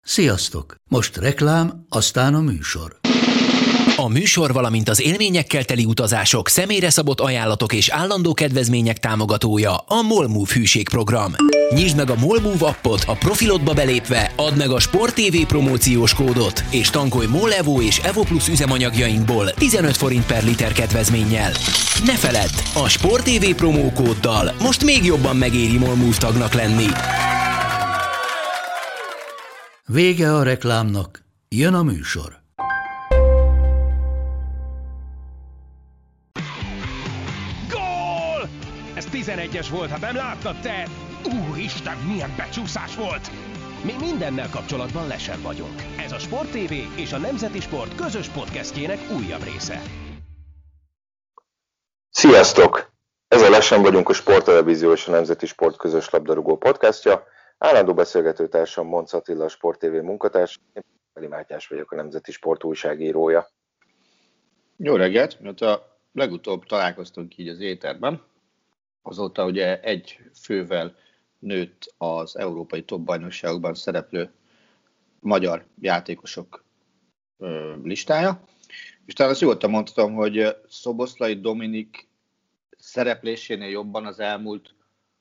Sziasztok! Most reklám, aztán a műsor. A műsor, valamint az élményekkel teli utazások, személyre szabott ajánlatok és állandó kedvezmények támogatója a MOL Move hűségprogram. Nyisd meg a MOL Move appot, a profilodba belépve add meg a Sport TV promóciós kódot, és tankolj MOL Evo és Evo Plus üzemanyagjainkból 15 forint per liter kedvezménnyel. Ne feledd, a Sport TV promókóddal most még jobban megéri MOL Move tagnak lenni. Vége a reklámnak, jön a műsor. Gól! Ez 11-es volt, ha nem láttad te! Úristen, milyen becsúszás volt! Mi mindennel kapcsolatban lesen vagyunk. Ez a Sport TV és a Nemzeti Sport közös podcastjének újabb része. Sziasztok! Ez a Lesen vagyunk, a Sporttelevízió és a Nemzeti Sport közös labdarúgó podcastja. Állandó beszélgetőtársam Monc Attila, a Sport TV munkatárs, én Feli Mátyás vagyok, a Nemzeti Sport újságírója. Jó reggelt! Mióta legutóbb találkoztunk így az éterben, azóta ugye egy fővel nőtt az európai top-bajnokságokban szereplő magyar játékosok listája, és talán azt nyugodtan mondhatom, hogy Szoboszlai Dominik szereplésénél jobban az elmúlt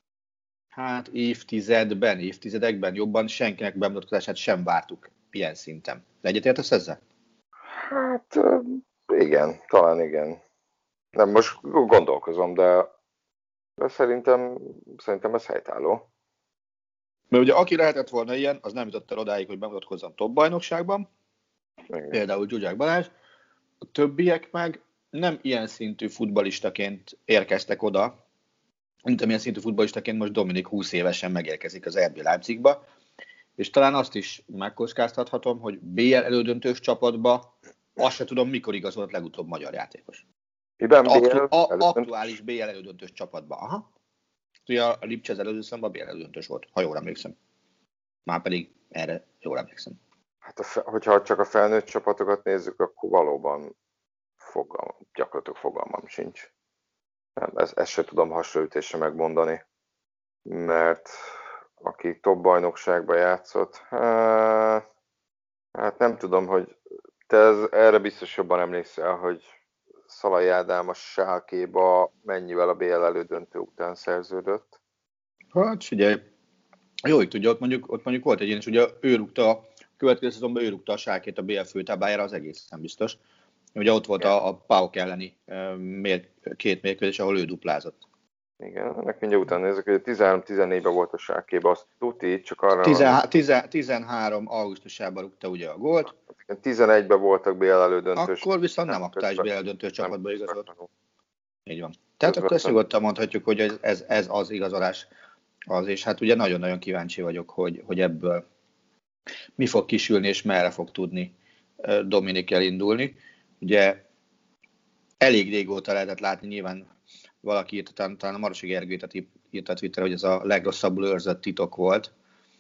évtizedekben jobban senkinek bemutatkozását sem vártuk ilyen szinten. De egyetértesz ezzel? Hát igen, talán igen. Nem, most gondolkozom, de szerintem ez helytálló. Mert ugye aki lehetett volna ilyen, az nem jutott el odáig, hogy bemutatkozzon top bajnokságban, igen. Például Zsuzsák Balázs. A többiek meg nem ilyen szintű futballistaként érkeztek oda, mint amilyen szintű futballistaként most Dominik 20 évesen megérkezik az RB Leipzigba, és talán azt is megkockáztathatom, hogy BL elődöntős csapatba azt se tudom, mikor igazolt legutóbb magyar játékos. Aktuális BL elődöntős csapatba. Aha. Ugye a Lipcse az előző számban BL elődöntős volt, ha jól emlékszem. Már pedig erre jól emlékszem. Hát hogyha csak a felnőtt csapatokat nézzük, akkor valóban gyakorlatilag fogalmam sincs. Nem, ezt se tudom hasonlítésre megmondani, mert aki top bajnokságban játszott, hát nem tudom, hogy te erre biztos jobban emlékszel, hogy Szalai Ádám a Schalkéba mennyivel a BL elődöntő után szerződött? Hát figyelj, jó, hogy tudja, ott mondjuk volt egy ilyen, és ugye következő szezonban ő rúgta a Schalkét a BL főtáblájára, az egészen biztos. Ugye ott volt a PAOK elleni két mérkőzés, ahol ő duplázott. Igen, ennek mindjárt után nézzük, hogy 13-14-ben volt a Schalkéba, azt tuti, csak arra... 13 augusztusában rúgta ugye a gólt. 11-ben voltak BL elődöntős. Akkor viszont nem aktuális BL elődöntős csapatba igazolt. Így van. Tehát akkor ezt nyugodtan mondhatjuk, hogy ez az igazolás az, és hát ugye nagyon-nagyon kíváncsi vagyok, hogy ebből mi fog kisülni, és merre fog tudni Dominik elindulni. Ugye elég régóta lehetett látni, nyilván valaki írta, talán a Marosi Gergőt írta a Twitterre, hogy ez a legrosszabbul őrzött titok volt.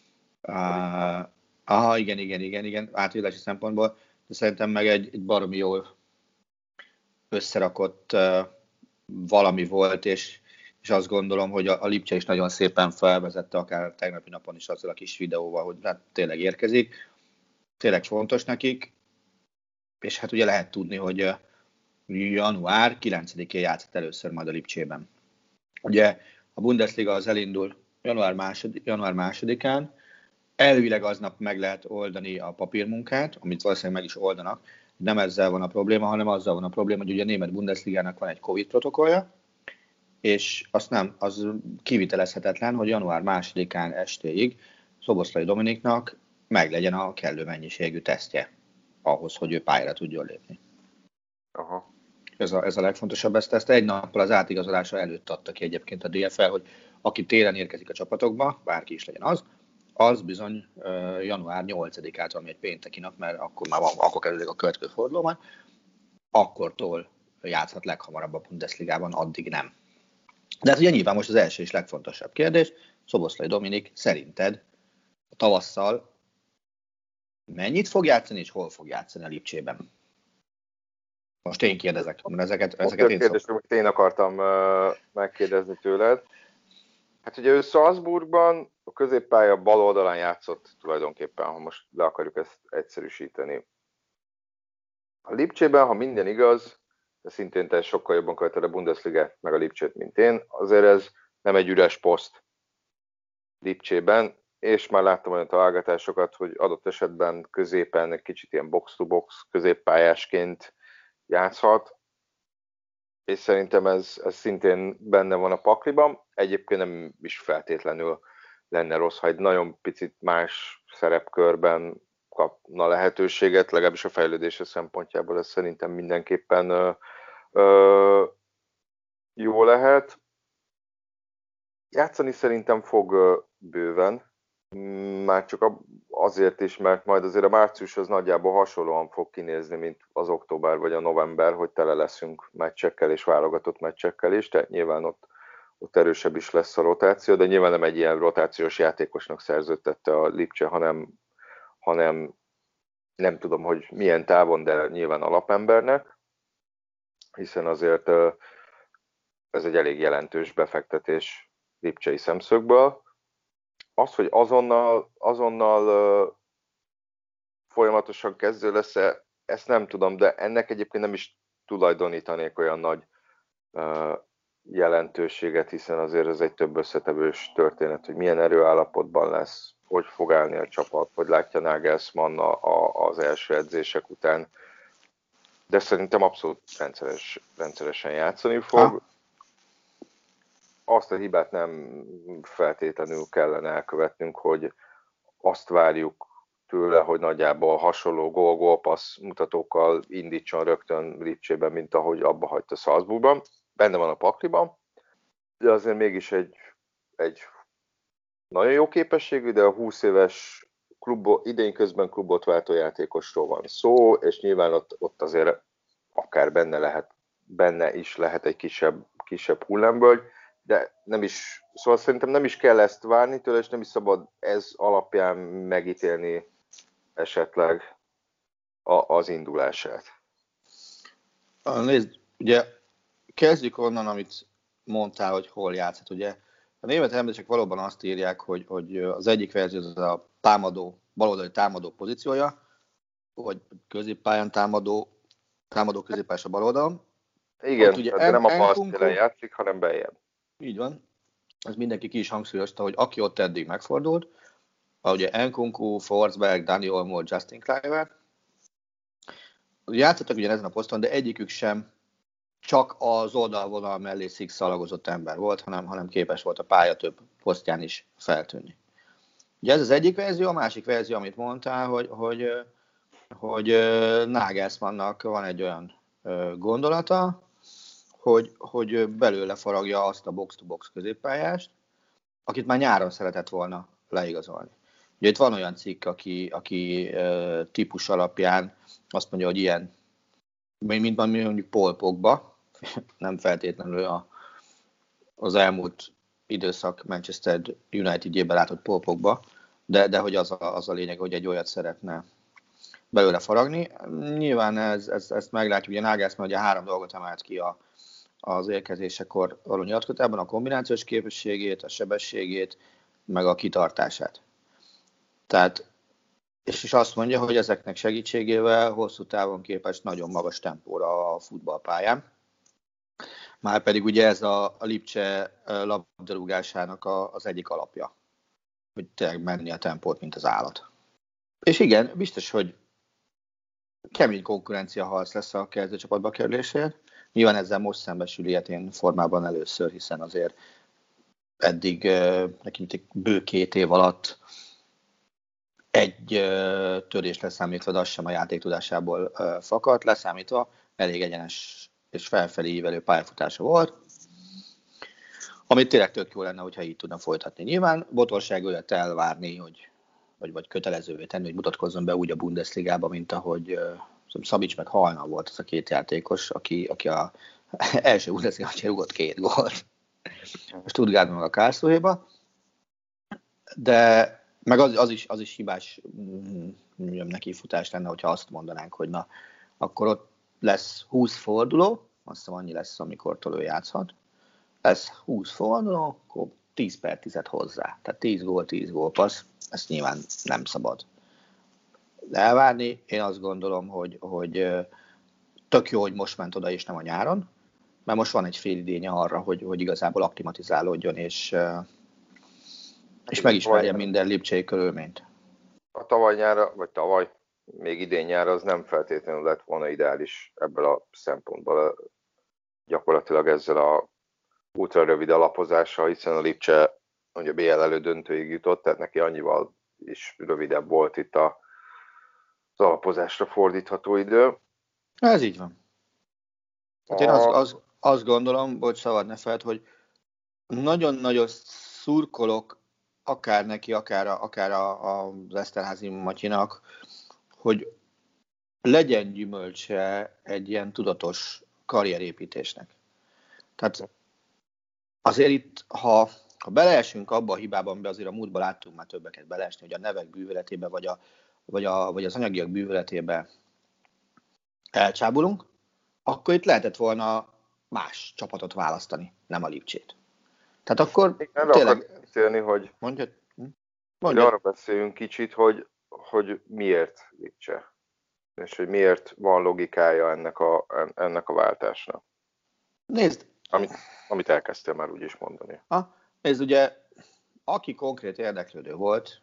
Igen, átvilási szempontból, de szerintem meg egy baromi jól összerakott valami volt, és azt gondolom, hogy a Lipcse is nagyon szépen felvezette, akár tegnapi napon is azzal a kis videóval, hogy hát tényleg érkezik. Tényleg fontos nekik, és hát ugye lehet tudni, hogy január 9-én játszott először majd a Lipcsében. Ugye a Bundesliga az elindul január 2-án, elvileg aznap meg lehet oldani a papírmunkát, amit valószínűleg meg is oldanak. Nem ezzel van a probléma, hanem azzal van a probléma, hogy ugye a német Bundesligának van egy Covid protokollja, és az kivitelezhetetlen, hogy január 2-án estéig Szoboszlai Dominiknak meglegyen a kellő mennyiségű tesztje ahhoz, hogy ő pályára tudjon lépni. Aha. Ez a legfontosabb, ezt egy nappal az átigazolása előtt adta ki egyébként a DFL, hogy aki télen érkezik a csapatokba, bárki is legyen az bizony január 8-át, ami egy pénteki nap, mert akkor kezdődik a következő fordulóban, akkortól játszhat leghamarabb a Bundesligában, addig nem. De hát ugye nyilván most az első és legfontosabb kérdés, Szoboszlai Dominik szerinted tavasszal mennyit fog játszani, és hol fog játszani a Lipcsében? Most én kérdezek, mert ezeket én kérdés, amit én akartam megkérdezni tőled. Hát ugye ő Salzburgban a középpálya bal oldalán játszott tulajdonképpen, ha most le akarjuk ezt egyszerűsíteni. A Lipcsében, ha minden igaz, de szintén te sokkal jobban követed a Bundesligát meg a Lipcsét, mint én, azért ez nem egy üres poszt Lipcsében, és már láttam olyan találgatásokat, hogy adott esetben középen egy kicsit ilyen box-to-box középpályásként játszhat, és szerintem ez szintén benne van a pakliban. Egyébként nem is feltétlenül lenne rossz, ha egy nagyon picit más szerepkörben kapna lehetőséget, legalábbis a fejlődése szempontjából ez szerintem mindenképpen jó lehet. Játszani szerintem fog bőven, már csak azért is, mert majd azért a március az nagyjából hasonlóan fog kinézni, mint az október vagy a november, hogy tele leszünk meccsekkel és válogatott meccsekkel is, tehát nyilván ott erősebb is lesz a rotáció, de nyilván nem egy ilyen rotációs játékosnak szerződtette a Lipcse, hanem nem tudom, hogy milyen távon, de nyilván alapembernek, hiszen azért ez egy elég jelentős befektetés lipcsei szemszögből. Az, hogy azonnal folyamatosan kezdő lesz-e, ezt nem tudom, de ennek egyébként nem is tulajdonítanék olyan nagy jelentőséget, hiszen azért ez egy több összetevős történet, hogy milyen erőállapotban lesz, hogy fog állni a csapat, hogy látja Nagelsmann az első edzések után. De szerintem abszolút rendszeresen játszani fog. Azt a hibát nem feltétlenül kellene elkövetnünk, hogy azt várjuk tőle, hogy nagyjából hasonló gól-passz mutatókkal indítson rögtön Lipcsében, mint ahogy abba hagyta Salzburgban. Benne van a pakliban, de azért mégis egy nagyon jó képességű, de a 20 éves idén közben klubot váltó játékosról van szó, és nyilván ott azért akár benne is lehet egy kisebb hullámvölgy, de szóval szerintem nem is kell ezt várni tőle, és nem is szabad ez alapján megítélni esetleg az indulását. Nézd, ugye kezdjük onnan, amit mondtál, hogy hol játszhat. Ugye a német emberek valóban azt írják, hogy az egyik verzió az a baloldali támadó pozíciója, vagy középpályán támadó középpályás a baloldalon. Igen, de nem a bal játszik, hanem beljebb. Így van. Ez mindenki ki is hangsúlyozta, hogy aki ott eddig megfordult, ugye Nkunku, Forsberg, Dani Olmo, Justin Kluivert, játszottak ugyan ezen a poszton, de egyikük sem csak az oldalvonal mellé szikszalagozott ember volt, hanem képes volt a pálya több posztján is feltűnni. Ugye ez az egyik verzió, a másik verzió, amit mondtál, hogy Nagelsmannnak van egy olyan gondolata, hogy belőle faragja azt a box-to-box középpályást, akit már nyáron szeretett volna leigazolni. Ugye itt van olyan cikk, aki típus alapján azt mondja, hogy ilyen, mint mondjuk Paul Pogba, nem feltétlenül az elmúlt időszak Manchester United-jében látott Paul Pogba, de hogy az a lényeg, hogy egy olyat szeretne belőle faragni. Nyilván ezt meglátjuk, ugye Nagelsmann ugye 3 dolgot emelt ki az érkezésekor való nyilatkozatában, a kombinációs képességét, a sebességét, meg a kitartását. Tehát, és azt mondja, hogy ezeknek segítségével hosszú távon képes nagyon magas tempóra a futballpályán. Márpedig ugye ez a Lipcse labdarúgásának az egyik alapja, hogy tényleg menni a tempót, mint az állat. És igen, biztos, hogy kemény konkurencia harc lesz a kezdőcsapatba kerülésért. Nyilván ezzel most szembesül ilyetén formában először, hiszen azért eddig neki mint egy bő 2 év alatt egy törés leszámítva, de az sem a játék tudásából fakadt, leszámítva elég egyenes és felfelé ívelő pályafutása volt, amit tényleg tök jó lenne, hogyha így tudna folytatni. Nyilván botorság olyat elvárni, vagy kötelezővé tenni, hogy mutatkozzon be úgy a Bundesligába, mint ahogy Szabics meg Halna volt az a 2 játékos, aki a első Bundesliga-ban rúgott 2 gólt. A Stuttgartban meg a Karlsruhéba. De meg az is hibás nekifutás lenne, hogyha azt mondanánk, hogy na, akkor ott lesz 20 forduló, azt hiszem annyi lesz, amikortól ő játszhat. Lesz 20 forduló, akkor 10/10 hozzá. Tehát 10 gól passz, ezt nyilván nem szabad elvárni. Én azt gondolom, hogy tök jó, hogy most ment oda, és nem a nyáron, mert most van egy fél idénye arra, hogy igazából aklimatizálódjon, és megismerjen minden lipcsei körülményt. A tavaly, még idén nyára az nem feltétlenül lett volna ideális ebből a szempontból. Gyakorlatilag ezzel a ultra rövid alapozással, hiszen a Lipcse ugye BL elődöntőig jutott, tehát neki annyival is rövidebb volt itt az alapozásra fordítható idő. Ez így van. Hát én azt gondolom, hogy szabad ne feled, hogy nagyon-nagyon szurkolok akár neki, akár az Eszterházy Matyinak, hogy legyen gyümölcse egy ilyen tudatos karrierépítésnek. Tehát azért itt, ha beleesünk abba a hibában, amiben azért a múltban láttunk már többeket beleesni, hogy a nevek bűvöletébe, vagy az anyagiak bűvöletébe elcsábulunk, akkor itt lehetett volna más csapatot választani, nem a Lipcsét. Tehát akkor tényleg... beszélni, hogy arra beszéljünk kicsit, hogy miért Lipcse, és hogy miért van logikája ennek a váltásnak. Nézd! Amit elkezdtél már úgy is mondani. Nézd, ugye, aki konkrét érdeklődő volt,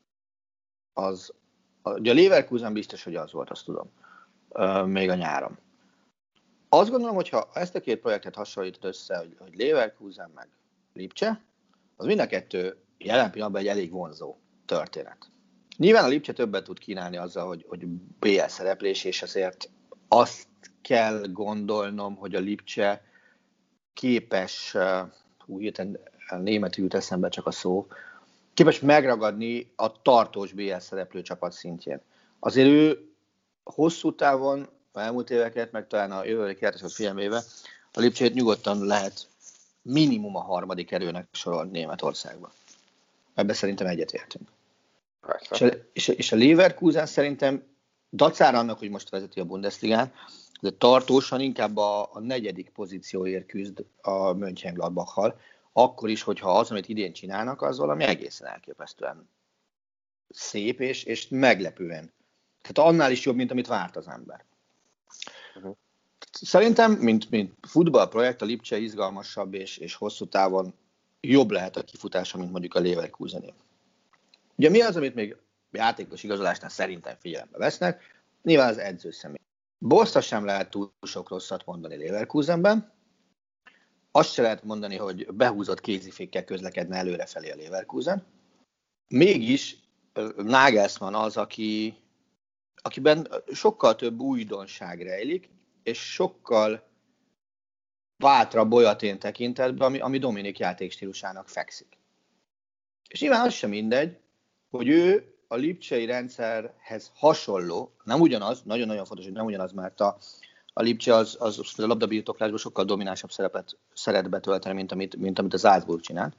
ugye a Leverkusen biztos, hogy az volt, azt tudom, még a nyáron. Azt gondolom, hogy ha ezt a két projektet hasonlítod össze, hogy Leverkusen meg Lipcse, az mind a kettő jelen pillanatban egy elég vonzó történet. Nyilván a Lipcse többet tud kínálni azzal, hogy BL szereplés, és azért azt kell gondolnom, hogy a Lipcse képes, németül jut eszembe csak a szó, képes megragadni a tartós BL szereplő csapat szintjén. Azért ő hosszú távon, a elmúlt éveket, meg talán a jövőre kérdéseket figyelmébe, a Lipcsét nyugodtan lehet minimum a harmadik erőnek sorolni Németországban. Ebben szerintem egyetértünk. És a Leverkusen szerintem dacára annak, hogy most vezeti a Bundesligán, de tartósan inkább a negyedik pozícióért küzd a Mönchengladbachal, akkor is, hogyha az, amit idén csinálnak, az valami egészen elképesztően szép és meglepően. Tehát annál is jobb, mint amit várt az ember. Szerintem, mint futballprojekt, a Lipcse izgalmasabb és hosszú távon jobb lehet a kifutása, mint mondjuk a Leverkusené. Ugye mi az, amit még játékos igazolásnál szerintem figyelembe vesznek? Nyilván az edző személy. Borszta sem lehet túl sok rosszat mondani Leverkusenben. Azt se lehet mondani, hogy behúzott kézifékkel közlekedne előrefelé a Leverkusen. Mégis Nagelsmann az, akiben sokkal több újdonság rejlik, és sokkal bátrabb Bolyatén tekintetben, ami Dominik játékstílusának fekszik. És nyilván az sem mindegy, hogy ő a lipcsei rendszerhez hasonló, nem ugyanaz, nagyon-nagyon fontos, hogy nem ugyanaz, mert a Lipcse az a labdabirtoklásban sokkal dominánsabb szerepet szeret betölteni, mint amit a Salzburg csinált.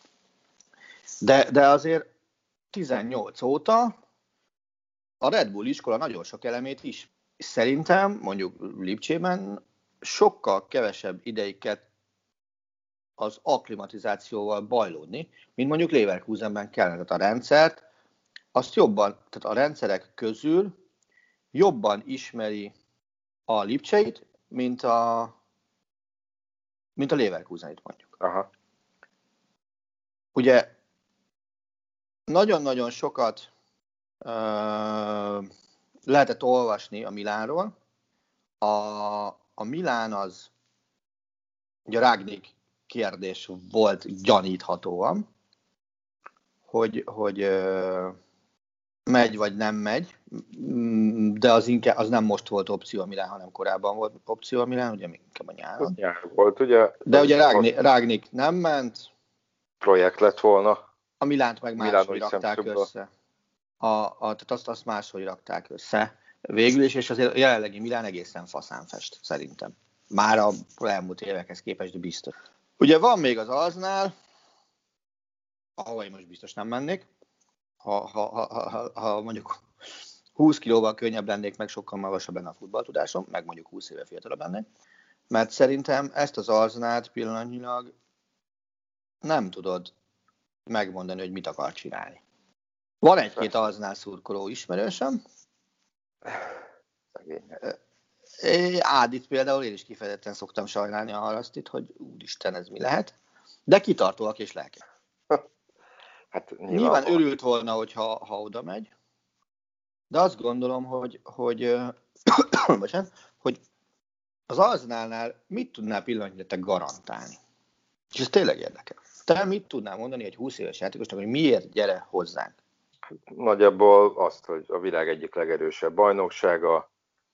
De azért 18 óta a Red Bull iskola nagyon sok elemét is. Szerintem mondjuk Lipcsében sokkal kevesebb ideig kell az akklimatizációval bajlódni, mint mondjuk Leverkusenben kellene. Tehát a rendszert, azt jobban, tehát a rendszerek közül jobban ismeri a Lipcseit, mint a Leverkusenit mondjuk. Aha. Ugye nagyon-nagyon sokat lehetett olvasni a Milánról. A Milán az, ugye Rangnick kérdés volt gyaníthatóan, hogy megy vagy nem megy, de az nem most volt opció a Milán, hanem korábban volt opció a Milán, ugye még inkább a nyáron. Nyár volt, ugye? De ugye Rangnick nem ment. Projekt lett volna. A Milánt meg máshogy rakták össze. Tehát azt máshogy rakták össze végül is, és azért a jelenlegi Milán egészen faszán fest, szerintem. Már a elmúlt évekhez képest, de biztos. Ugye van még az Arsenal, ahol én most biztos nem mennék. Ha mondjuk 20 kilóval könnyebb lennék, meg sokkal magasabb lenne a futballtudásom, meg mondjuk 20 éve fiatalabb lennék. Mert szerintem ezt az Arsenalt pillanatnyilag nem tudod megmondani, hogy mit akar csinálni. Van egy-két Arsenal szurkoló ismerősöm. Ádit például én is kifejezetten szoktam sajnálni a Harasztit, hogy úristen, ez mi lehet. De kitartóak és lelkek. Hát Nyilván örült volna, ha oda megy, de azt gondolom, hogy az Arsenalnál mit tudnál pillanatnyilag garantálni? És ez tényleg érdekel. Te mit tudnál mondani egy 20 éves játékosnak, hogy miért gyere hozzánk? Nagyjából azt, hogy a világ egyik legerősebb bajnoksága,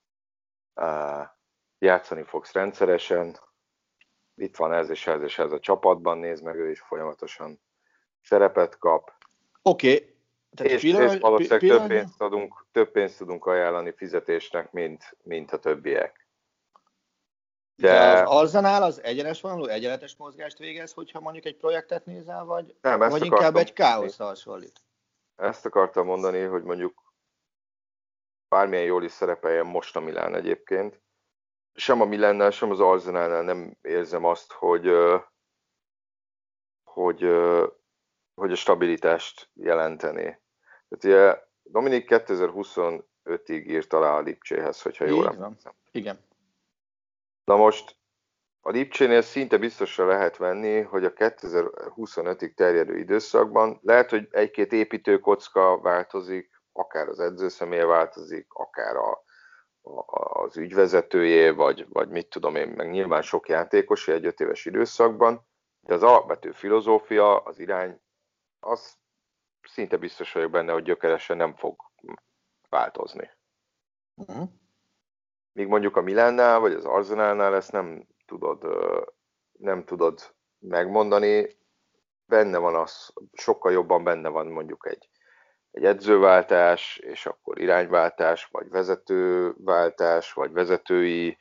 játszani fogsz rendszeresen, itt van ez és ez és ez a csapatban, nézd meg, ő is folyamatosan szerepet kap. Oké. És valószínűleg több pénzt tudunk ajánlani fizetésnek, mint a többiek. De az Arsenal az egyenes vonalú, egyenletes mozgást végez, hogyha mondjuk egy projektet nézel, vagy inkább egy káoszra hasonlít? Ezt akartam mondani, hogy mondjuk bármilyen jól is szerepeljen most a Milán egyébként. Sem a Milánnál, sem az Arsenalnál nem érzem azt, hogy a stabilitást jelentené. Tehát ugye Dominik 2025-ig írt alá a Lipcséhez, hogyha jól emlékszem. Igen. Na most a Lipcsénél szinte biztosra lehet venni, hogy a 2025-ig terjedő időszakban lehet, hogy egy-két építőkocka változik, akár az edzőszemély változik, akár az ügyvezetőjé, vagy mit tudom én, meg nyilván sok játékos egy 5 éves időszakban, de az alapvető filozófia, az irány, az szinte biztos vagyok benne, hogy gyökeresen nem fog változni. Uh-huh. Míg mondjuk a Milánnál, vagy az Arsenalnál ezt nem tudod megmondani, benne van az, sokkal jobban benne van mondjuk egy edzőváltás, és akkor irányváltás, vagy vezetőváltás, vagy vezetői,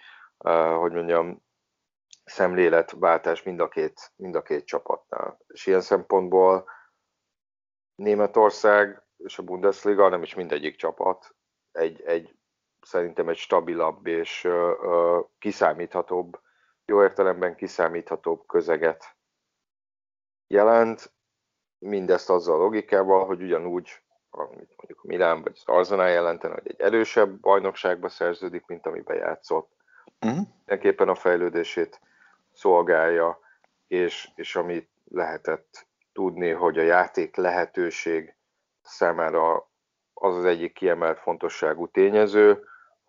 szemléletváltás mind a két csapatnál. És ilyen szempontból Németország és a Bundesliga, nem is mindegyik csapat, szerintem egy stabilabb és kiszámíthatóbb, jó értelemben kiszámíthatóbb közeget jelent. Mindezt azzal a logikával, hogy ugyanúgy, amit mondjuk a Milán vagy az Arsenal jelentene, hogy egy erősebb bajnokságba szerződik, mint amiben játszott. Mindenképpen a fejlődését szolgálja, és amit lehetett tudni, hogy a játék lehetőség számára az egyik kiemelt fontosságú tényező,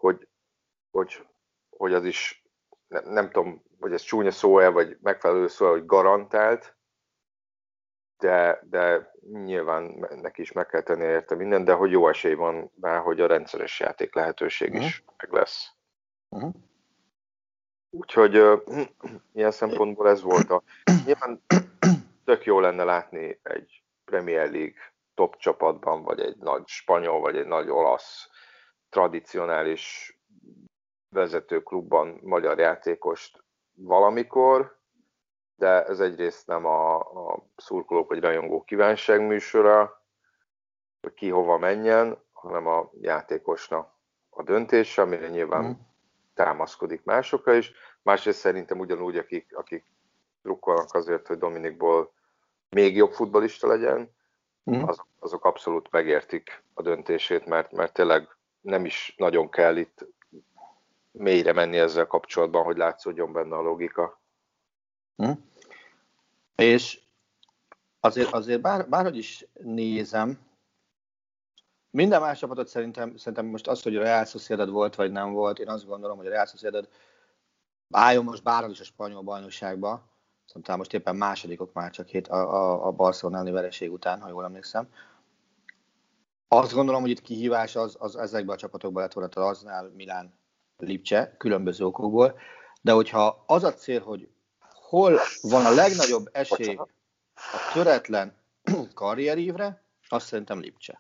hogy az is, nem tudom, hogy ez csúnya szó-e, vagy megfelelő szó, hogy garantált, de nyilván neki is meg kell tenni érte minden, de hogy jó esély van rá, hogy a rendszeres játék lehetőség is meg lesz. Úgyhogy ilyen szempontból ez volt nyilván tök jó lenne látni egy Premier League top csapatban, vagy egy nagy spanyol, vagy egy nagy olasz tradicionális vezetőklubban magyar játékost valamikor, de ez egyrészt nem a szurkolók vagy rajongók kívánságműsora, hogy ki hova menjen, hanem a játékosnak a döntése, amire nyilván támaszkodik másokra is. Másrészt szerintem ugyanúgy, akik drukkolnak azért, hogy Dominikból még jobb futballista legyen, azok abszolút megértik a döntését, mert tényleg nem is nagyon kell itt mélyre menni ezzel kapcsolatban, hogy látszódjon benne a logika. És azért bárhogy is nézem, minden más csapatot szerintem most az, hogy a Real Sociedad volt, vagy nem volt, én azt gondolom, hogy a Real Sociedad álljon most bárhol is a spanyol bajnokságba, szerintem most éppen másodikok már csak a Barcelona vereség után, ha jól emlékszem. Azt gondolom, hogy itt kihívás az ezekben a csapatokban lett volna az Arsenal, Milán, Lipcse, különböző okokból, de hogyha az a cél, hogy hol van a legnagyobb esély a töretlen karrierívre, azt szerintem Lipcse.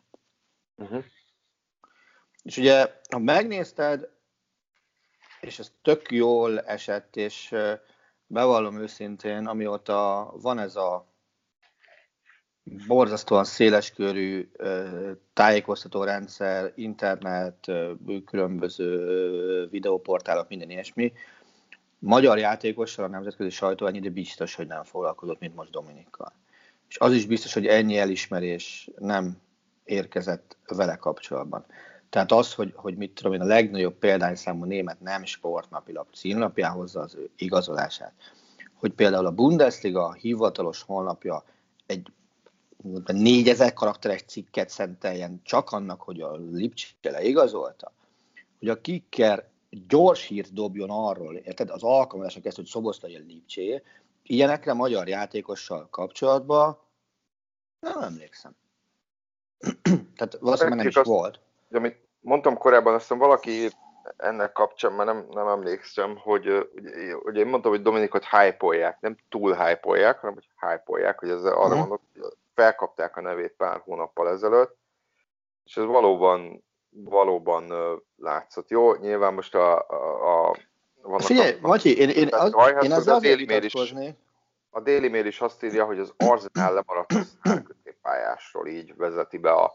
És ugye, ha megnézted, és ez tök jól esett, és bevallom őszintén, amióta van ez a borzasztóan széleskörű tájékoztatórendszer, internet, különböző videóportálok, minden ilyesmi, magyar játékossal a nemzetközi sajtó ennyire biztos, hogy nem foglalkozott, mint most Dominikkal. És az is biztos, hogy ennyi elismerés nem érkezett vele kapcsolatban. Tehát az, hogy mit tudom én, a legnagyobb példányszámú német nem sportnapilap címlapján hozza az ő igazolását. Hogy például a Bundesliga hivatalos honlapja egy 4000 karakteres cikket szenteljen csak annak, hogy a Lipcse leigazolta. Hogy a Kicker gyors hírt dobjon arról, érted, az alkalmazásnak ezt, hogy Szoboszlai a Lipcséje, ilyenekre magyar játékossal kapcsolatban nem emlékszem. Tehát valószínűleg nem is volt. Amit mondtam korábban, azt hiszem valaki ennek kapcsán, már nem emlékszem, hogy én mondtam, hogy Dominikot hype-olják, nem túl hype-olják, hanem hogy hype-olják, hogy ezzel arra mondok, hogy felkapták a nevét pár hónappal ezelőtt, és ez valóban látszott. Jó, nyilván most Figyelj, Matyi, én ezzel azért vitatkoznék. A Daily Mail is azt írja, hogy az Arsenal lemaradt a sztárközéppályásról, így vezeti be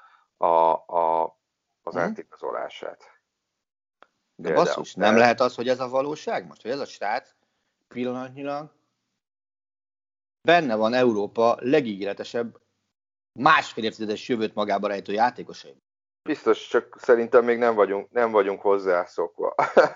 az átigazolását. De basszus, nem lehet az, hogy ez a valóság most? Hogy ez a srác pillanatnyilag benne van Európa legígéretesebb másfél évtizedes jövőt magába rejtő játékosai. Biztos, csak szerintem még nem vagyunk hozzászokva.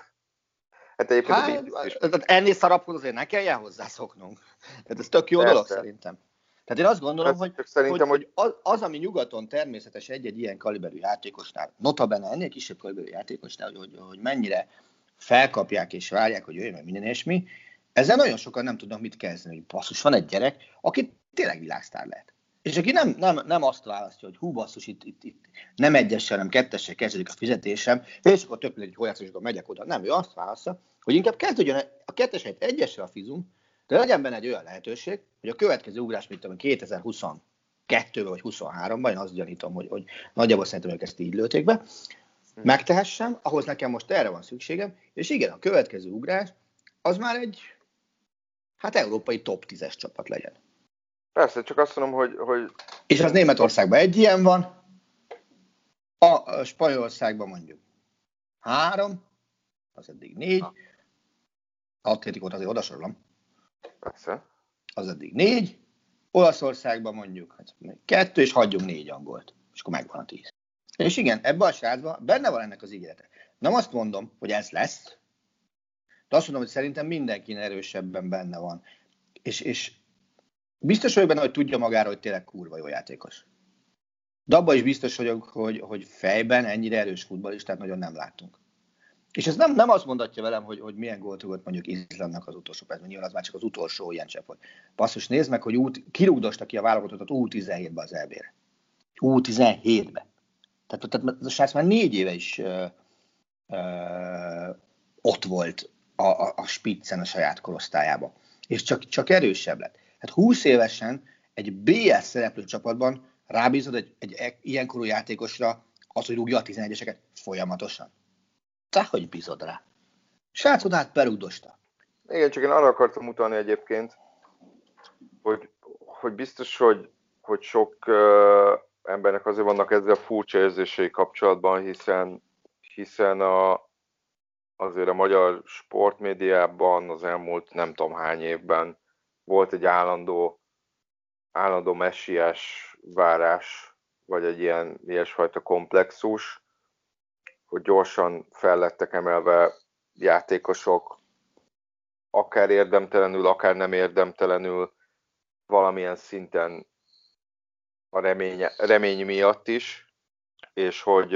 Ennél szarabhoz azért ne kelljen hozzászoknunk. Tehát ez tök jó dolog szerintem. Tehát én azt gondolom, hogy az, ami nyugaton természetes egy-egy ilyen kaliberű játékosnál, notabene ennél kisebb kaliberű játékosnál, hogy mennyire felkapják és várják, hogy jöjjön meg minden és mi, ezzel nagyon sokan nem tudnak mit kezdeni, hogy basszus, van egy gyerek, aki tényleg világsztár lehet. És aki nem azt választja, hogy hú basszus, itt nem egyessel, hanem kettessel kezdődik a fizetésem, és akkor tök mindegy, hogy játszom, és akkor megyek oda. Nem, ő azt választja, hogy inkább kezdődjön a kettes helyett egyessel a fizum, de legyen benne egy olyan lehetőség, hogy a következő ugrás, mint tudom, 2022-ben vagy 23-ban, én azt gyanítom, hogy nagyjából szerintem ők ezt így lőtték be, megtehessem, ahhoz nekem most erre van szükségem, és igen, a következő ugrás az már egy európai top 10-es csapat legyen. Persze, csak azt mondom, hogy... És az Németországban egy ilyen van, a Spanyolországban mondjuk 3, az eddig 4, Atlétikót azért odasorolom. Persze. Az eddig 4, Olaszországban mondjuk 2, és hagyjunk 4 angolt, és akkor megvan a 10. És igen, ebben a srácban benne van ennek az ígérete. Nem azt mondom, hogy ez lesz, de azt mondom, hogy szerintem mindenki erősebben benne van. És biztos vagyok benne, hogy tudja magára, hogy tényleg kurva jó játékos. De abban is biztos vagyok, hogy fejben ennyire erős futballistát nagyon nem látunk. És ez nem azt mondatja velem, hogy milyen gólt rúgott mondjuk Izlandnak az utolsó percben. Nyilván az már csak az utolsó ilyen csepp volt. Basszus, nézd meg, hogy kirúgdosta ki a válogatottat U17-be az EB-re. U17-be. Tehát a srác már 4 éve is ott volt a spiccen a saját korosztályában. És csak erősebb lett. Hát 20 évesen egy BS szereplő csapatban rábízod egy ilyenkorú játékosra az, hogy rúgja a 11-eseket folyamatosan. Hogy bízod rá? Srácod át berúgdosta. Igen, csak én arra akartam utalni egyébként, hogy biztos, hogy sok embernek azért vannak ezzel furcsa érzései kapcsolatban, hiszen azért a magyar sportmédiában az elmúlt nem tudom hány évben volt egy állandó messiás várás, vagy egy ilyesfajta komplexus, hogy gyorsan fel lettek emelve játékosok, akár érdemtelenül, akár nem érdemtelenül, valamilyen szinten a remény miatt is, és hogy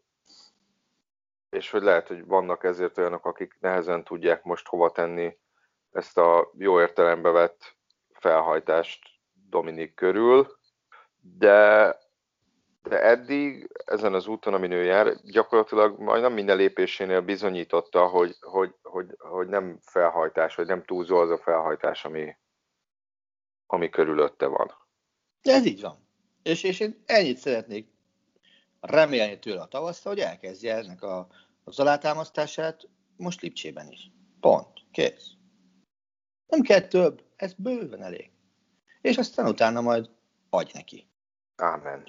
lehet, hogy vannak ezért olyanok, akik nehezen tudják most hova tenni ezt a jó értelembe vett felhajtást Dominik körül, de eddig ezen az úton, amin ő jár, gyakorlatilag majdnem minden lépésénél bizonyította, hogy nem felhajtás, vagy nem túlzó az a felhajtás, ami körülötte van. Ez így van. És én ennyit szeretnék remélni tőle a tavasszal, hogy elkezdje ennek az alátámasztását most Lipcsében is. Pont. Kész. Nem kell több, ez bőven elég. És aztán utána majd adj neki. Ámen.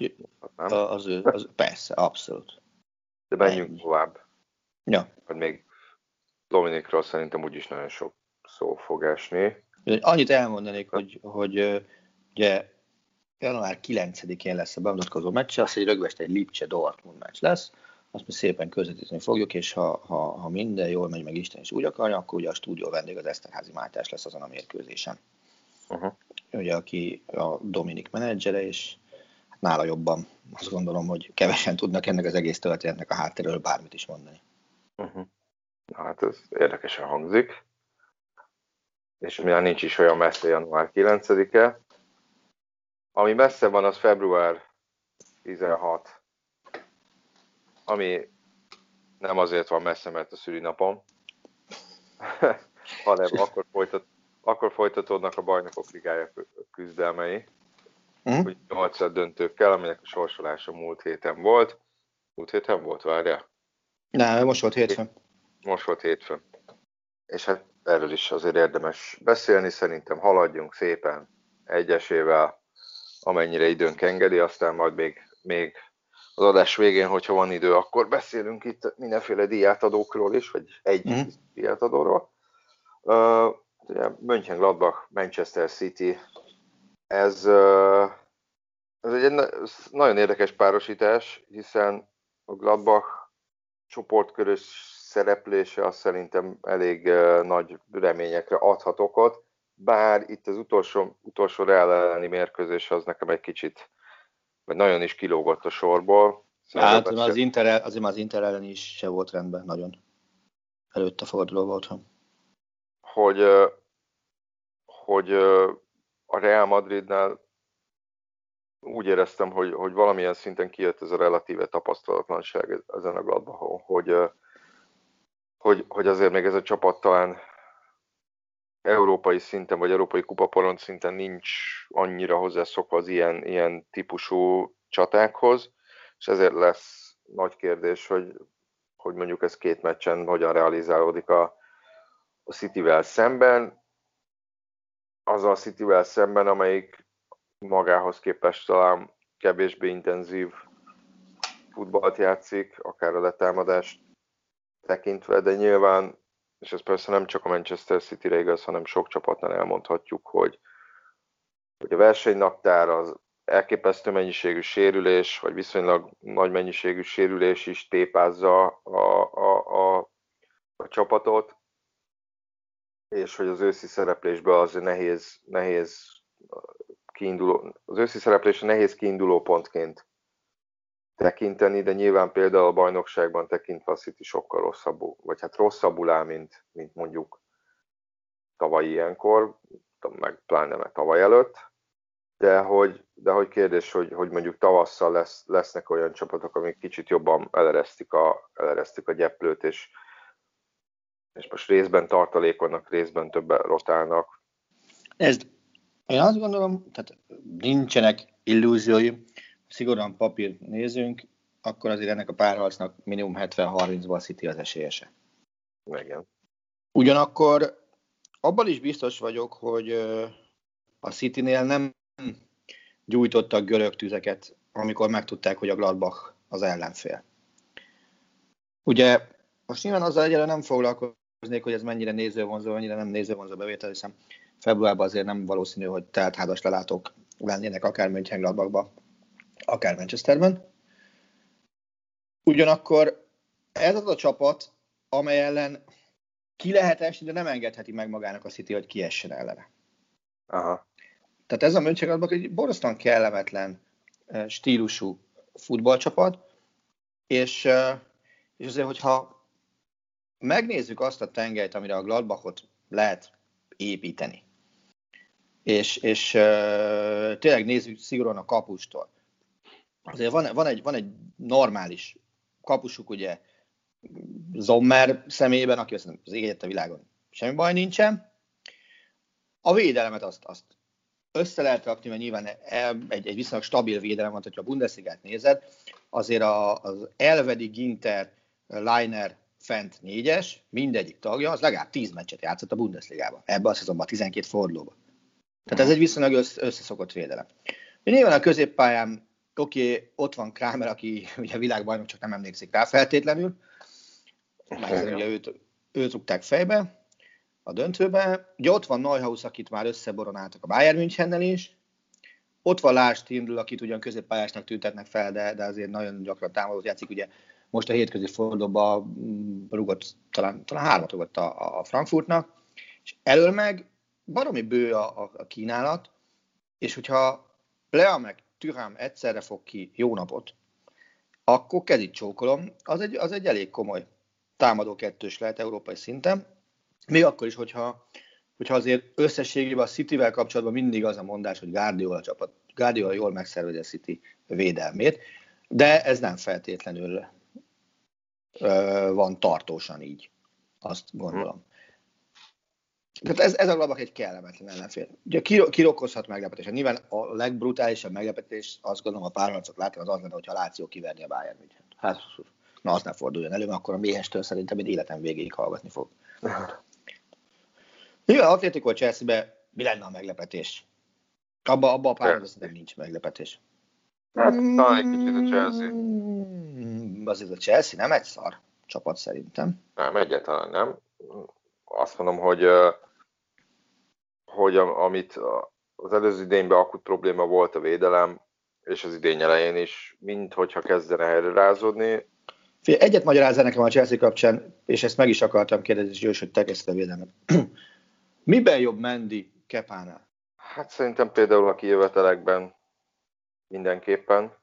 Persze, abszolút. De menjünk tovább. Ja. Vagy még Dominikról szerintem úgyis nagyon sok szó fog esni. Annyit elmondanék, hogy ugye január 9-én lesz a bemutatkozó meccs, az egy rögvest egy Lipcse-Dortmund meccs lesz, azt mi szépen közvetíteni fogjuk, és ha minden jól megy, meg Isten is úgy akarja, akkor ugye a stúdió vendég az Eszterházy Mátyás lesz azon a mérkőzésen. Ugye, aki a Dominik menedzsere, és nála jobban azt gondolom, hogy kevesen tudnak ennek az egész történetnek a háttéről bármit is mondani. Hát ez érdekesen hangzik. És mivel nincs is olyan messze január 9-e. Ami messze van, az február 16. Ami nem azért van messze, mert a szülinapom, hanem akkor folytatódnak a Bajnokok Ligája küzdelmei. Úgy 8 döntőkkel, aminek a sorsolása múlt héten volt. Múlt héten volt, várjál? Nem, most volt hétfőn. Most volt hétfőn. És hát erről is azért érdemes beszélni, szerintem haladjunk szépen egyesével, amennyire időnk engedi, aztán majd még az adás végén, hogyha van idő, akkor beszélünk itt mindenféle díjátadókról is, vagy egy díjátadóról. Ugye Mönchengladbach, Manchester City, ez egy nagyon érdekes párosítás, hiszen a Gladbach csoportkörös szereplése azt szerintem elég nagy reményekre adhat okot, bár itt az utolsó Real elleni mérkőzés az nekem egy kicsit, vagy nagyon is kilógott a sorból. Hát az Inter ellen is se volt rendben, nagyon előtte forduló volt. Hogy a Real Madridnál úgy éreztem, hogy valamilyen szinten kijött ez a relatíve tapasztalatlanság ezen a Gladbachon, hogy azért még ez a csapat talán európai szinten, vagy európai kupaporont szinten nincs annyira hozzászokva az ilyen típusú csatákhoz, és ezért lesz nagy kérdés, hogy mondjuk ez 2 meccsen hogyan realizálódik a Cityvel szemben. Azzal a Cityvel szemben, amelyik magához képest talán kevésbé intenzív futballt játszik, akár a letámadást tekintve, de nyilván, és ez persze nem csak a Manchester City-re igaz, hanem sok csapatnál elmondhatjuk, hogy a versenynaptár az elképesztő mennyiségű sérülés, vagy viszonylag nagy mennyiségű sérülés is tépázza a csapatot, és hogy az őszi szereplésben az nehéz kiinduló pontként tekinteni, de nyilván például a bajnokságban tekintve a City sokkal rosszabbul, vagy hát rosszabbul áll, mint mondjuk tavaly ilyenkor, meg pláne meg tavaly előtt, de hogy kérdés, hogy mondjuk tavasszal lesznek olyan csapatok, amik kicsit jobban eleresztik a gyeplőt, és most részben tartalékolnak, részben többen rotálnak. Én azt gondolom, tehát nincsenek illúziói, szigorúan papír nézünk, akkor azért ennek a párharcnak minimum 70-30-ban a City az esélyese. Igen. Ugyanakkor abban is biztos vagyok, hogy a Citynél nem gyújtottak görög tüzeket, amikor megtudták, hogy a Gladbach az ellenfél. Ugye most nyilván azzal egyelőre nem foglalkoznék, hogy ez mennyire nézővonzó, mennyire nem nézővonzó bevétel, hiszen februárban azért nem valószínű, hogy telthádas lelátók lennének akár Mönchengladbachba, akár Manchesterben. Ugyanakkor ez az a csapat, amely ellen ki lehet esni, de nem engedheti meg magának a City, hogy kiessen ellene. Aha. Tehát ez a Mönchengladbach egy borzasztóan kellemetlen stílusú futballcsapat, és azért, hogyha megnézzük azt a tengelyt, amire a Gladbachot lehet építeni, és tényleg nézzük szigorúan a kapustól. Azért van egy normális kapusuk, ugye, Sommer személyében, aki azt mondja, az ég a világon semmi baj nincsen. A védelemet azt össze lehet rakni, mert nyilván egy viszonylag stabil védelem van, hogyha a Bundesligát nézed, azért az Elvedi, Ginter, Leiner, Fent 4-es, mindegyik tagja, az legalább 10 meccset játszott a Bundesligában, ebben a szezonban, 12 fordulóban. Tehát ez egy viszonylag összeszokott védelem. Nyilván a középpályán, ott van Kramer, aki ugye világbajnok, csak nem emlékszik rá feltétlenül. Ugye őt rúgták fejbe a döntőbe. Ugye ott van Neuhaus, akit már összeboronáltak a Bayern Münchennel is. Ott van Lars Stindl, akit ugyan középpályásnak tüntetnek fel, de azért nagyon gyakran támadót játszik. Ugye most a hétközi fordulóban rúgott, talán 3-at rúgott a Frankfurtnak, és elől meg baromi bő a kínálat, és hogyha Lea meg Thuram egyszerre fog ki jó napot, akkor kezit csókolom, az egy elég komoly támadó kettős lehet európai szinten. Még akkor is, hogyha azért összességében a Cityvel kapcsolatban mindig az a mondás, hogy Guardiola jól megszervezi a City védelmét, de ez nem feltétlenül van tartósan így, azt gondolom. Tehát ez a labak egy kellemetlen ellenfél. Ugye kirokozhat meglepetésen. Nyilván a legbrutálisabb meglepetés, azt gondolom, a párharcot látni, az lenne, hogyha a Láció kiverni a Bayern München. Hát, na, azt ne forduljon elő, mert akkor a méhestől szerintem én életem végéig hallgatni fog. Nyilván Atlético Chelsea-be mi lenne a meglepetés? Abba a párharcban nincs meglepetés. Hát, talán egy kicsit a Chelsea. Azért a Chelsea nem egy szar csapat szerintem. Nem, egyáltalán nem. Azt mondom, hogy amit az előző idényben akut probléma volt a védelem, és az idény elején is, minthogyha kezdene helyrerázódni. Egyet magyarázzál nekem a Chelsea kapcsán, és ezt meg is akartam kérdezni, Győs, hogy te kezdted a védelmet. Miben jobb Mendy Kepánál? Hát szerintem például a kijövetelekben mindenképpen.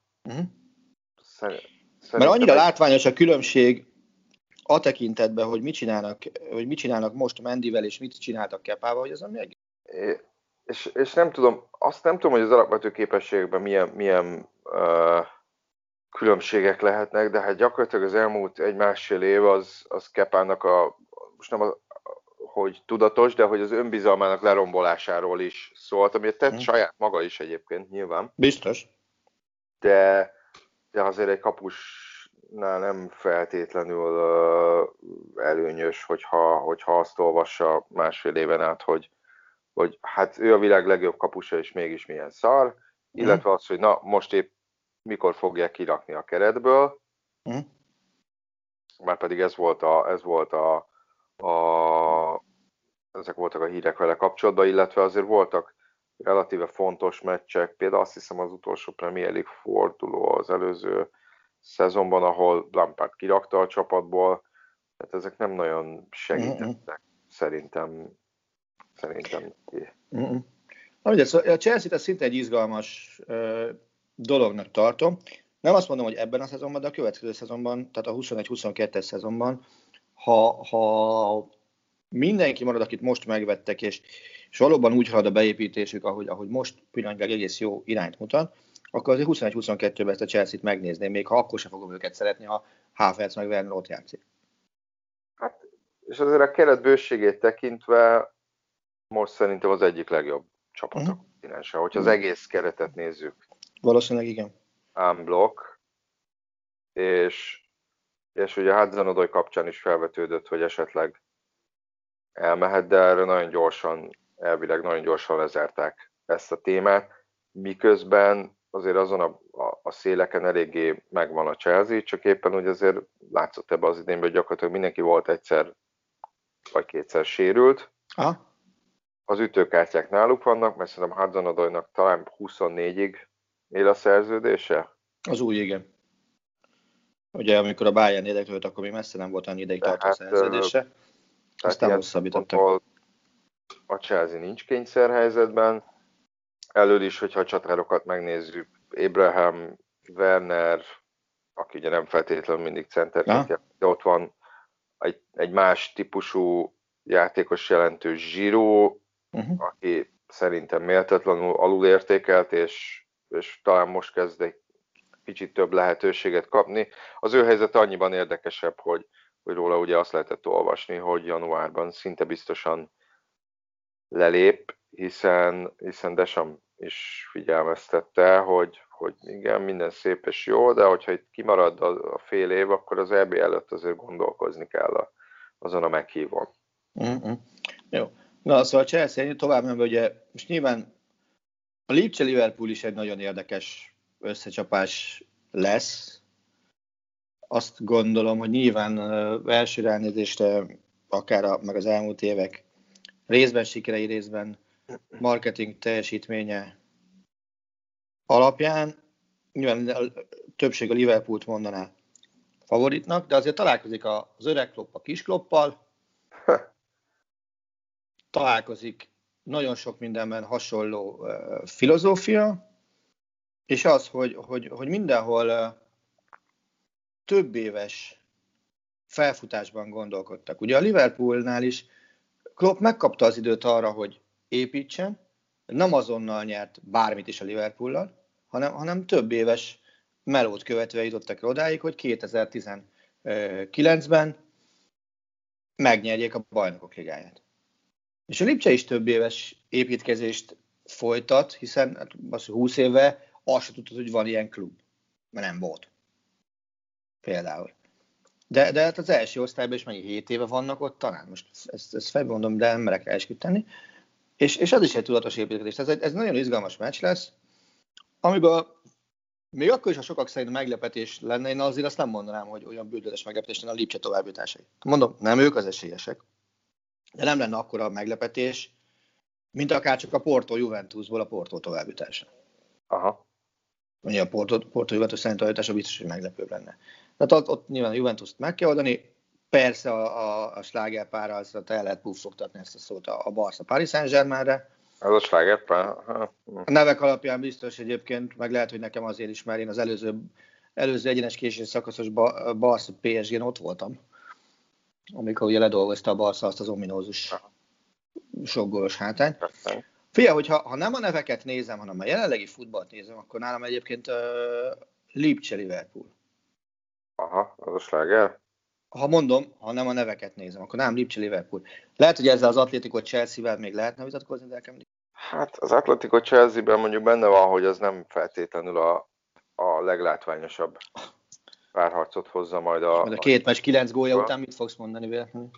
Mert annyira látványos a különbség a tekintetben, hogy mit csinálnak most Mendyvel, és mit csináltak Kepával, hogy ez ami és nem tudom, hogy az alapvető képességekben milyen különbségek lehetnek, de hát gyakorlatilag az elmúlt 1-1,5 év az Kepának most nem hogy tudatos, de hogy az önbizalmának lerombolásáról is szólt, amit tett saját maga is egyébként nyilván. Biztos. De azért egy kapusnál nem feltétlenül előnyös, hogyha azt olvassa 1,5 éven át, hogy hát ő a világ legjobb kapusa, és mégis milyen szar, illetve az, hogy na, most épp mikor fogják kirakni a keretből, márpedig ezek voltak a hírek vele kapcsolatban, illetve azért voltak relatíve fontos meccsek, például azt hiszem az utolsó Premier League forduló az előző szezonban, ahol Lampard kirakta a csapatból, tehát ezek nem nagyon segítettek szerintem. A Chelsea-t szinte egy izgalmas dolognak tartom. Nem azt mondom, hogy ebben a szezonban, de a következő szezonban, tehát a 21-22-es szezonban, ha mindenki marad, akit most megvettek, és valóban úgy halad a beépítésük, ahogy most pillanatnyilag egész jó irányt mutat, akkor azért 21-22-ben ezt a Chelsea-t megnézném, még ha akkor sem fogom őket szeretni, ha Havertz meg Werner ott játszik. Hát, és azért a keret bőségét tekintve most szerintem az egyik legjobb csapat a kontinensen, hogyha az egész keretet nézzük. Valószínűleg igen. Unblock, és ugye Hudson-Odoi kapcsán is felvetődött, hogy esetleg elmehet, de erre elvileg nagyon gyorsan lezárták ezt a témát, miközben azért azon a széleken eléggé megvan a Chelsea, csak éppen úgy azért látszott ebbe az idényben, hogy gyakorlatilag mindenki volt egyszer vagy kétszer sérült. Aha. Az ütőkártyák náluk vannak, mert szerintem Hudson-Odoinak talán 24-ig él a szerződése. Az új, igen. Ugye amikor a Bayern érdeklődött, akkor még messze nem volt annyi ideig tartó a szerződése. Aztán hosszabbítottak. A Chelsea nincs kényszerhelyzetben. Elől is, hogyha a csatárokat megnézzük, Abraham, Werner, aki ugye nem feltétlenül mindig centerként, de ott van egy más típusú játékos jelentő Giroud, aki szerintem méltatlanul alulértékelt, és talán most kezd egy kicsit több lehetőséget kapni. Az ő helyzet annyiban érdekesebb, hogy róla ugye azt lehetett olvasni, hogy januárban szinte biztosan lelép, hiszen Deschamps is figyelmeztette, hogy igen, minden szép és jó, de hogyha itt kimarad a fél év, akkor az EB előtt azért gondolkozni kell azon a meghívón. Jó. Na, szóval a Chelsea tovább menve, ugye most nyilván a Lipcse-Liverpool is egy nagyon érdekes összecsapás lesz. Azt gondolom, hogy nyilván első ránézésre akár meg az elmúlt évek részben sikerei, részben marketing teljesítménye alapján nyilván a többség a Liverpoolt mondaná favoritnak, de azért találkozik az öreg Klopp a kis Kloppal, találkozik nagyon sok mindenben hasonló filozófia, és az, hogy mindenhol több éves felfutásban gondolkodtak. Ugye a Liverpoolnál is Klopp megkapta az időt arra, hogy építsen, nem azonnal nyert bármit is a Liverpoollal, hanem több éves melót követve jutottak odáig, hogy 2019-ben megnyerjék a Bajnokok Ligáját. És a Lipcse is több éves építkezést folytat, hiszen 20 éve azt se tudtad, hogy van ilyen klub, mert nem volt. Például. De hát az első osztályban is mennyi 7 éve vannak ott talán, most ezt felmondom, de nem merek esküdteni. És az is egy tudatos építkezés. Ez nagyon izgalmas meccs lesz, amiben még akkor is, ha sokak szerint meglepetés lenne, én azért azt nem mondanám, hogy olyan bődöles meglepetés lenne a Lipcse továbbjutásai. Mondom, nem ők az esélyesek, de nem lenne akkora a meglepetés, mint akár csak a Porto Juventusból a Porto továbbjutása. Aha. Ugye a Porto Juventus szerint továbbjutása biztos, hogy meglepőbb lenne. Tehát ott nyilván a Juventust meg kell oldani, persze a slágerpárra azt el lehet puffogtatni ezt a szót a Barca Paris Saint-Germainre. Ez a slágerpár? A nevek alapján biztos egyébként, meg lehet, hogy nekem azért is, mert én az előző egyenes késés szakaszos Barca PSG-n ott voltam, amikor ugye ledolgozta a Barca azt az ominózus sok gólos hátányt. Figyelj, hogyha nem a neveket nézem, hanem a jelenlegi futballt nézem, akkor nálam egyébként Lipcse Liverpool. Aha, az a sláger? Ha mondom, ha nem a neveket nézem, akkor nem Lipcse Liverpool. Lehet, hogy ezzel az Atlético Chelsea-vel még lehetne vitatkozni, de nekem... Hát az Atlético Chelsea-ben mondjuk benne van, hogy az nem feltétlenül a leglátványosabb párharcot hozza majd a... Majd a két meccs 9 gólja után mit fogsz mondani véletlenül?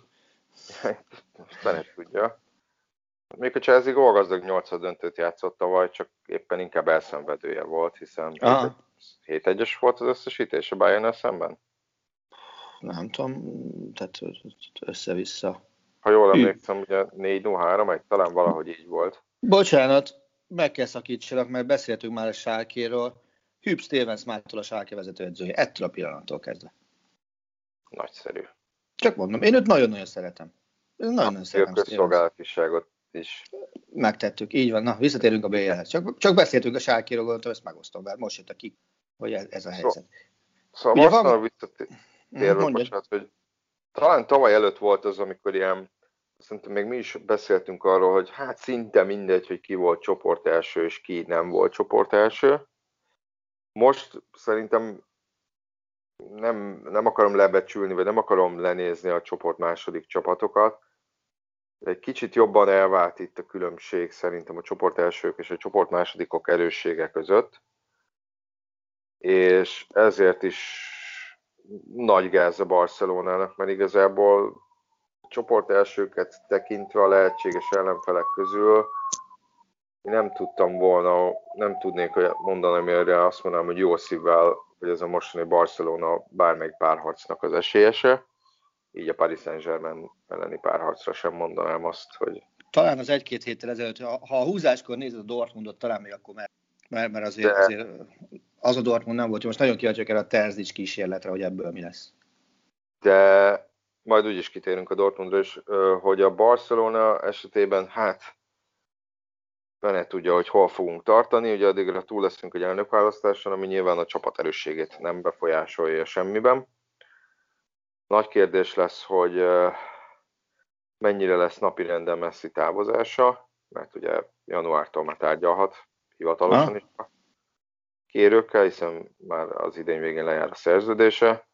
Benne tudja. Még a Chelsea gólgazdag 8 döntőt játszott tavaly, csak éppen inkább elszenvedője volt, hiszen 7-1-es volt az összesítés a Bayern-nel szemben? Nem tudom, tehát össze-vissza. Ha jól emlékszem, ugye 4-0-3-1, talán valahogy így volt. Bocsánat, meg kell szakítsanak, mert beszéltünk már a Schalkéről. Hüb Stevens mától a Schalke vezetőedzője, ettől a pillanattól kezdve. Nagyszerű. Csak mondom, én őt nagyon-nagyon szeretem. Nagyon szeretem a közszolgálatiságot is. Megtettük, így van. Na, visszatérünk a BL-hez. Csak beszéltünk a Schalkéről, gondoltam, ezt megosztom, bár most jött a ki, hogy ez a helyzet. Szóval aztán visszatérve, bocsánat, hogy talán tavaly előtt volt az, amikor ilyen, szerintem még mi is beszéltünk arról, hogy hát szinte mindegy, hogy ki volt csoport első, és ki nem volt csoport első. Most szerintem nem akarom lebecsülni, vagy nem akarom lenézni a csoport második csapatokat. Egy kicsit jobban elvált itt a különbség szerintem a csoport elsők és a csoport másodikok erőssége között. És ezért is nagy gáz a Barcelonának, mert igazából a csoport elsőket tekintve a lehetséges ellenfelek közül nem tudnék mondani, amire azt mondanám, hogy jó szívvel, hogy ez a mostani Barcelona bármelyik párharcnak az esélyese. Így a Paris Saint-Germain elleni párharcra sem mondanám azt, hogy... Talán az 1-2 héttel ezelőtt, ha a húzáskor nézed a Dortmundot, talán még akkor mert azért az a Dortmund nem volt. Most nagyon kíváncsiak erre a Terzic kísérletre, hogy ebből mi lesz. De majd úgyis kitérünk a Dortmundra is, hogy a Barcelona esetében, hát benne tudja, hogy hol fogunk tartani. Ugye addigra túl leszünk egy elnökválasztáson, ami nyilván a csapat erősségét nem befolyásolja semmiben. Nagy kérdés lesz, hogy mennyire lesz napirenden Messi távozása, mert ugye januártól már tárgyalhat hivatalosan is a kérőkkel, hiszen már az idény végén lejár a szerződése.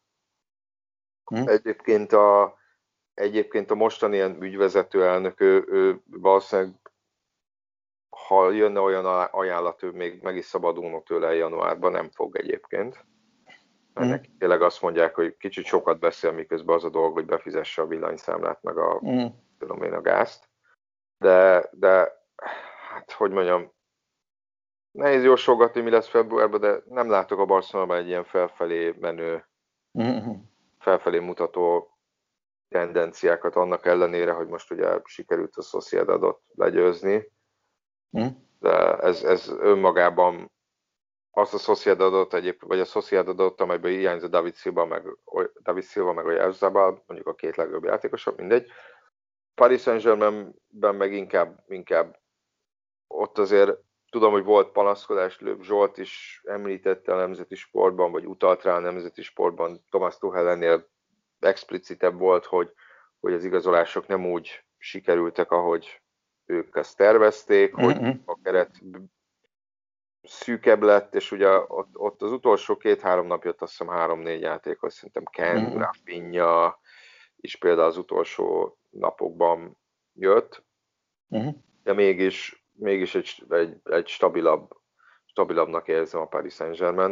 Egyébként a mostani ilyen ügyvezető elnök, ő valószínűleg, ha jönne olyan ajánlat, ő még meg is szabadulnak tőle januárban, nem fog egyébként. Neki tényleg azt mondják, hogy kicsit sokat beszél, miközben az a dolog, hogy befizesse a villanyszámlát, meg a gázt. De hát, hogy mondjam, nehéz jósolgatni, mi lesz februárban, de nem látok a Barcelonában egy ilyen felfelé menő, felfelé mutató tendenciákat annak ellenére, hogy most ugye sikerült a Sociedadot legyőzni, de ez önmagában azt a Sociedadot egyébként, vagy a Sociedadot, amelyből hiányzott David Silva meg a Oyarzabal, mondjuk a két legjobb játékosok, mindegy. Paris Saint-Germainben meg inkább ott azért tudom, hogy volt panaszkodás, Löw Zsolt is említette a nemzeti sportban, vagy utalt rá a nemzeti sportban, Thomas Tuchel-nél explicitebb volt, hogy az igazolások nem úgy sikerültek, ahogy ők ezt tervezték, hogy a keret szűkebb lett, és ugye ott az utolsó 2-3 nap jött, azt hiszem 3-4 játékos, szerintem Ken, Rafinha is például az utolsó napokban jött, de mégis egy stabilabbnak érzem a Paris Saint-Germain.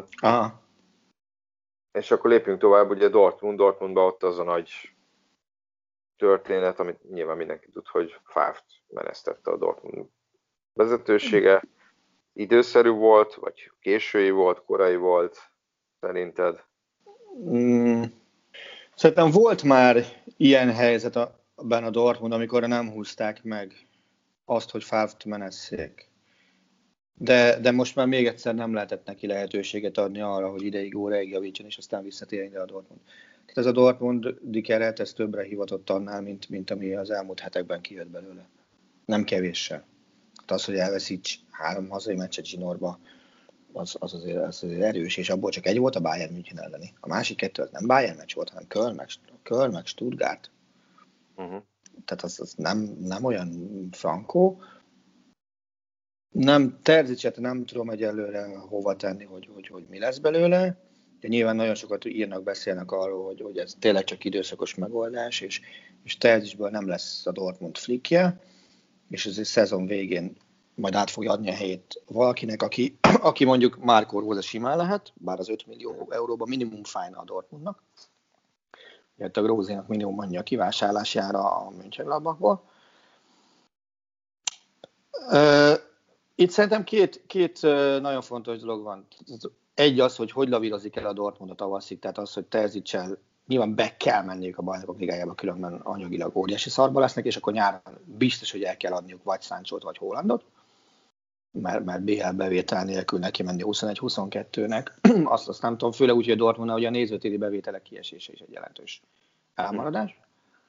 És akkor lépjünk tovább, ugye Dortmundban ott az a nagy történet, amit nyilván mindenki tud, hogy Favre menesztette a Dortmund vezetősége. Időszerű volt, vagy késői volt, korai volt, szerinted? Szerintem volt már ilyen helyzetben a Dortmund, amikor nem húzták meg azt, hogy Favre-t menesszék. De most már még egyszer nem lehetett neki lehetőséget adni arra, hogy ideig óráig javítson, és aztán visszatérjen ide a Dortmund. Tehát ez a Dortmundi keret, ez többre hivatott annál, mint ami az elmúlt hetekben kijött belőle. Nem kevéssel. Tehát az, hogy elveszíts 3 hazai meccset zsinórba, az azért erős, és abból csak egy volt a Bayern München elleni. A másik 2 az nem Bayern meccs volt, hanem Köln meg Stuttgart. Tehát az nem olyan frankó. Terzicset nem tudom egyelőre hova tenni, hogy mi lesz belőle. De nyilván nagyon sokat beszélnek arról, hogy ez tényleg csak időszakos megoldás, és Terzicsből nem lesz a Dortmund flickje, és ez egy szezon végén majd át fogja adni a helyét valakinek, aki mondjuk Marco Rose simán lehet, bár az 5 millió euróban minimum fájna a Dortmundnak. A Rózénak minimum annyi a kivásárlására a Mönchengladbachból. Itt szerintem két nagyon fontos dolog van. Egy az, hogy lavírozik el a Dortmund a tavaszig, tehát az, hogy Terzicsel nyilván be kell menniük a Bajnokok Ligájába, különben anyagilag óriási szarba lesznek, és akkor nyáron biztos, hogy el kell adniuk vagy Sanchót, vagy Haalandot, mert BL bevétel nélkül neki menni 21-22-nek. Azt nem tudom, főleg úgy, hogy a Dortmund, hogy a nézőtéri bevételek kiesése is egy jelentős elmaradás.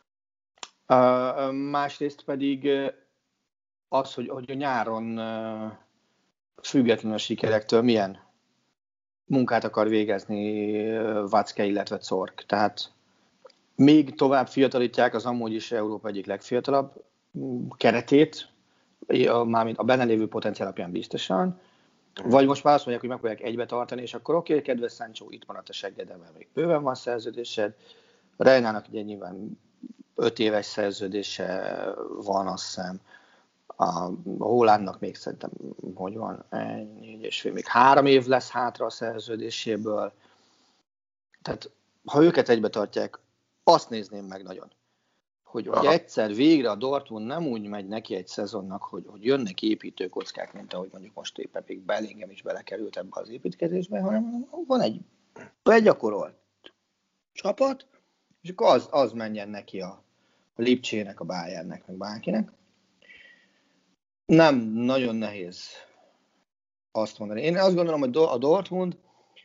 Másrészt pedig az, hogy a nyáron függetlenül a sikerektől milyen munkát akar végezni Watzke, illetve Zorc. Tehát még tovább fiatalítják az amúgy is Európa egyik legfiatalabb keretét, mármint a benne lévő potenciál alapján biztosan, vagy most már azt mondják, hogy megpróbálják egybe tartani, és akkor oké, kedves Sancho, itt maradt a seggedben, mert még bőven van szerződésed. Reinának ugye nyilván 5 éves szerződése van, azt hiszem. A Haalandnak még szerintem, hogy van, 4 és fél, még 3 év lesz hátra a szerződéséből. Tehát, ha őket egybe tartják, azt nézném meg nagyon. Hogy egyszer végre a Dortmund nem úgy megy neki egy szezonnak, hogy jönnek építőkockák, mint ahogy mondjuk most éppen még Bellingham is belekerült ebbe az építkezésbe, hanem van egy begyakorolt csapat, és akkor az menjen neki a Lipcsének, a Bayernnek, meg bárkinek. Nem, nagyon nehéz azt mondani. Én azt gondolom, hogy a Dortmund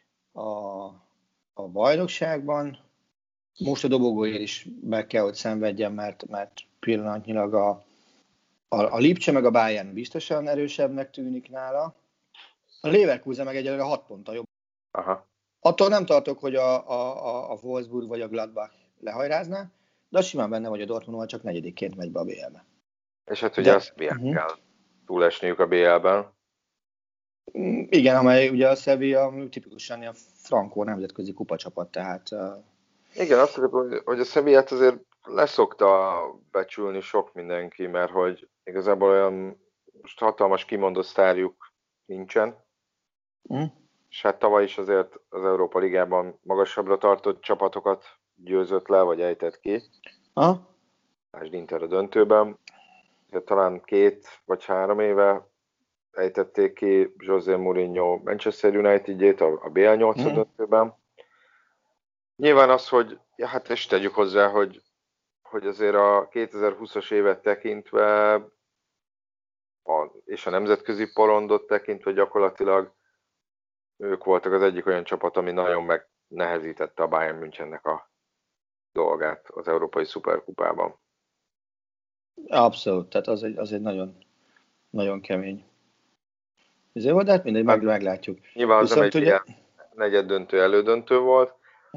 a bajnokságban most a dobogóért is be kell, hogy szenvedjen, mert pillanatnyilag a Lipcse meg a Bayern biztosan erősebbnek tűnik nála. A Leverkusen meg egyelőre 6 ponttal jobb. Aha. Attól nem tartok, hogy a Wolfsburg vagy a Gladbach lehajrázná, de az simán benne, hogy a Dortmund csak 4-ként megy be a BL-be. És hát ugye azt kell túlesniük a BL-ben. Igen, amely ugye a Sevilla tipikusan a frankó nemzetközi kupacsapat, tehát... Igen, azt mondom, hogy a Sevillát azért leszokta becsülni sok mindenki, mert hogy igazából olyan most hatalmas kimondott sztárjuk nincsen. És hát tavaly is azért az Európa Ligában magasabbra tartott csapatokat győzött le, vagy ejtett ki. Lásd Inter a döntőben. Talán 2 vagy 3 éve ejtették ki José Mourinho Manchester United-jét a BL8 döntőben. Nyilván az, hogy hát és tegyük hozzá, hogy hogy azért a 2020-as évet tekintve, és a nemzetközi porondot tekintve gyakorlatilag ők voltak az egyik olyan csapat, ami nagyon megnehezítette a Bayern Münchennek a dolgát az Európai Szuperkupában. Abszolút, tehát az egy nagyon, nagyon kemény. Ezért volt, de hát mindegy, meglátjuk. Nyilván az nem egy ilyen negyeddöntő, elődöntő volt,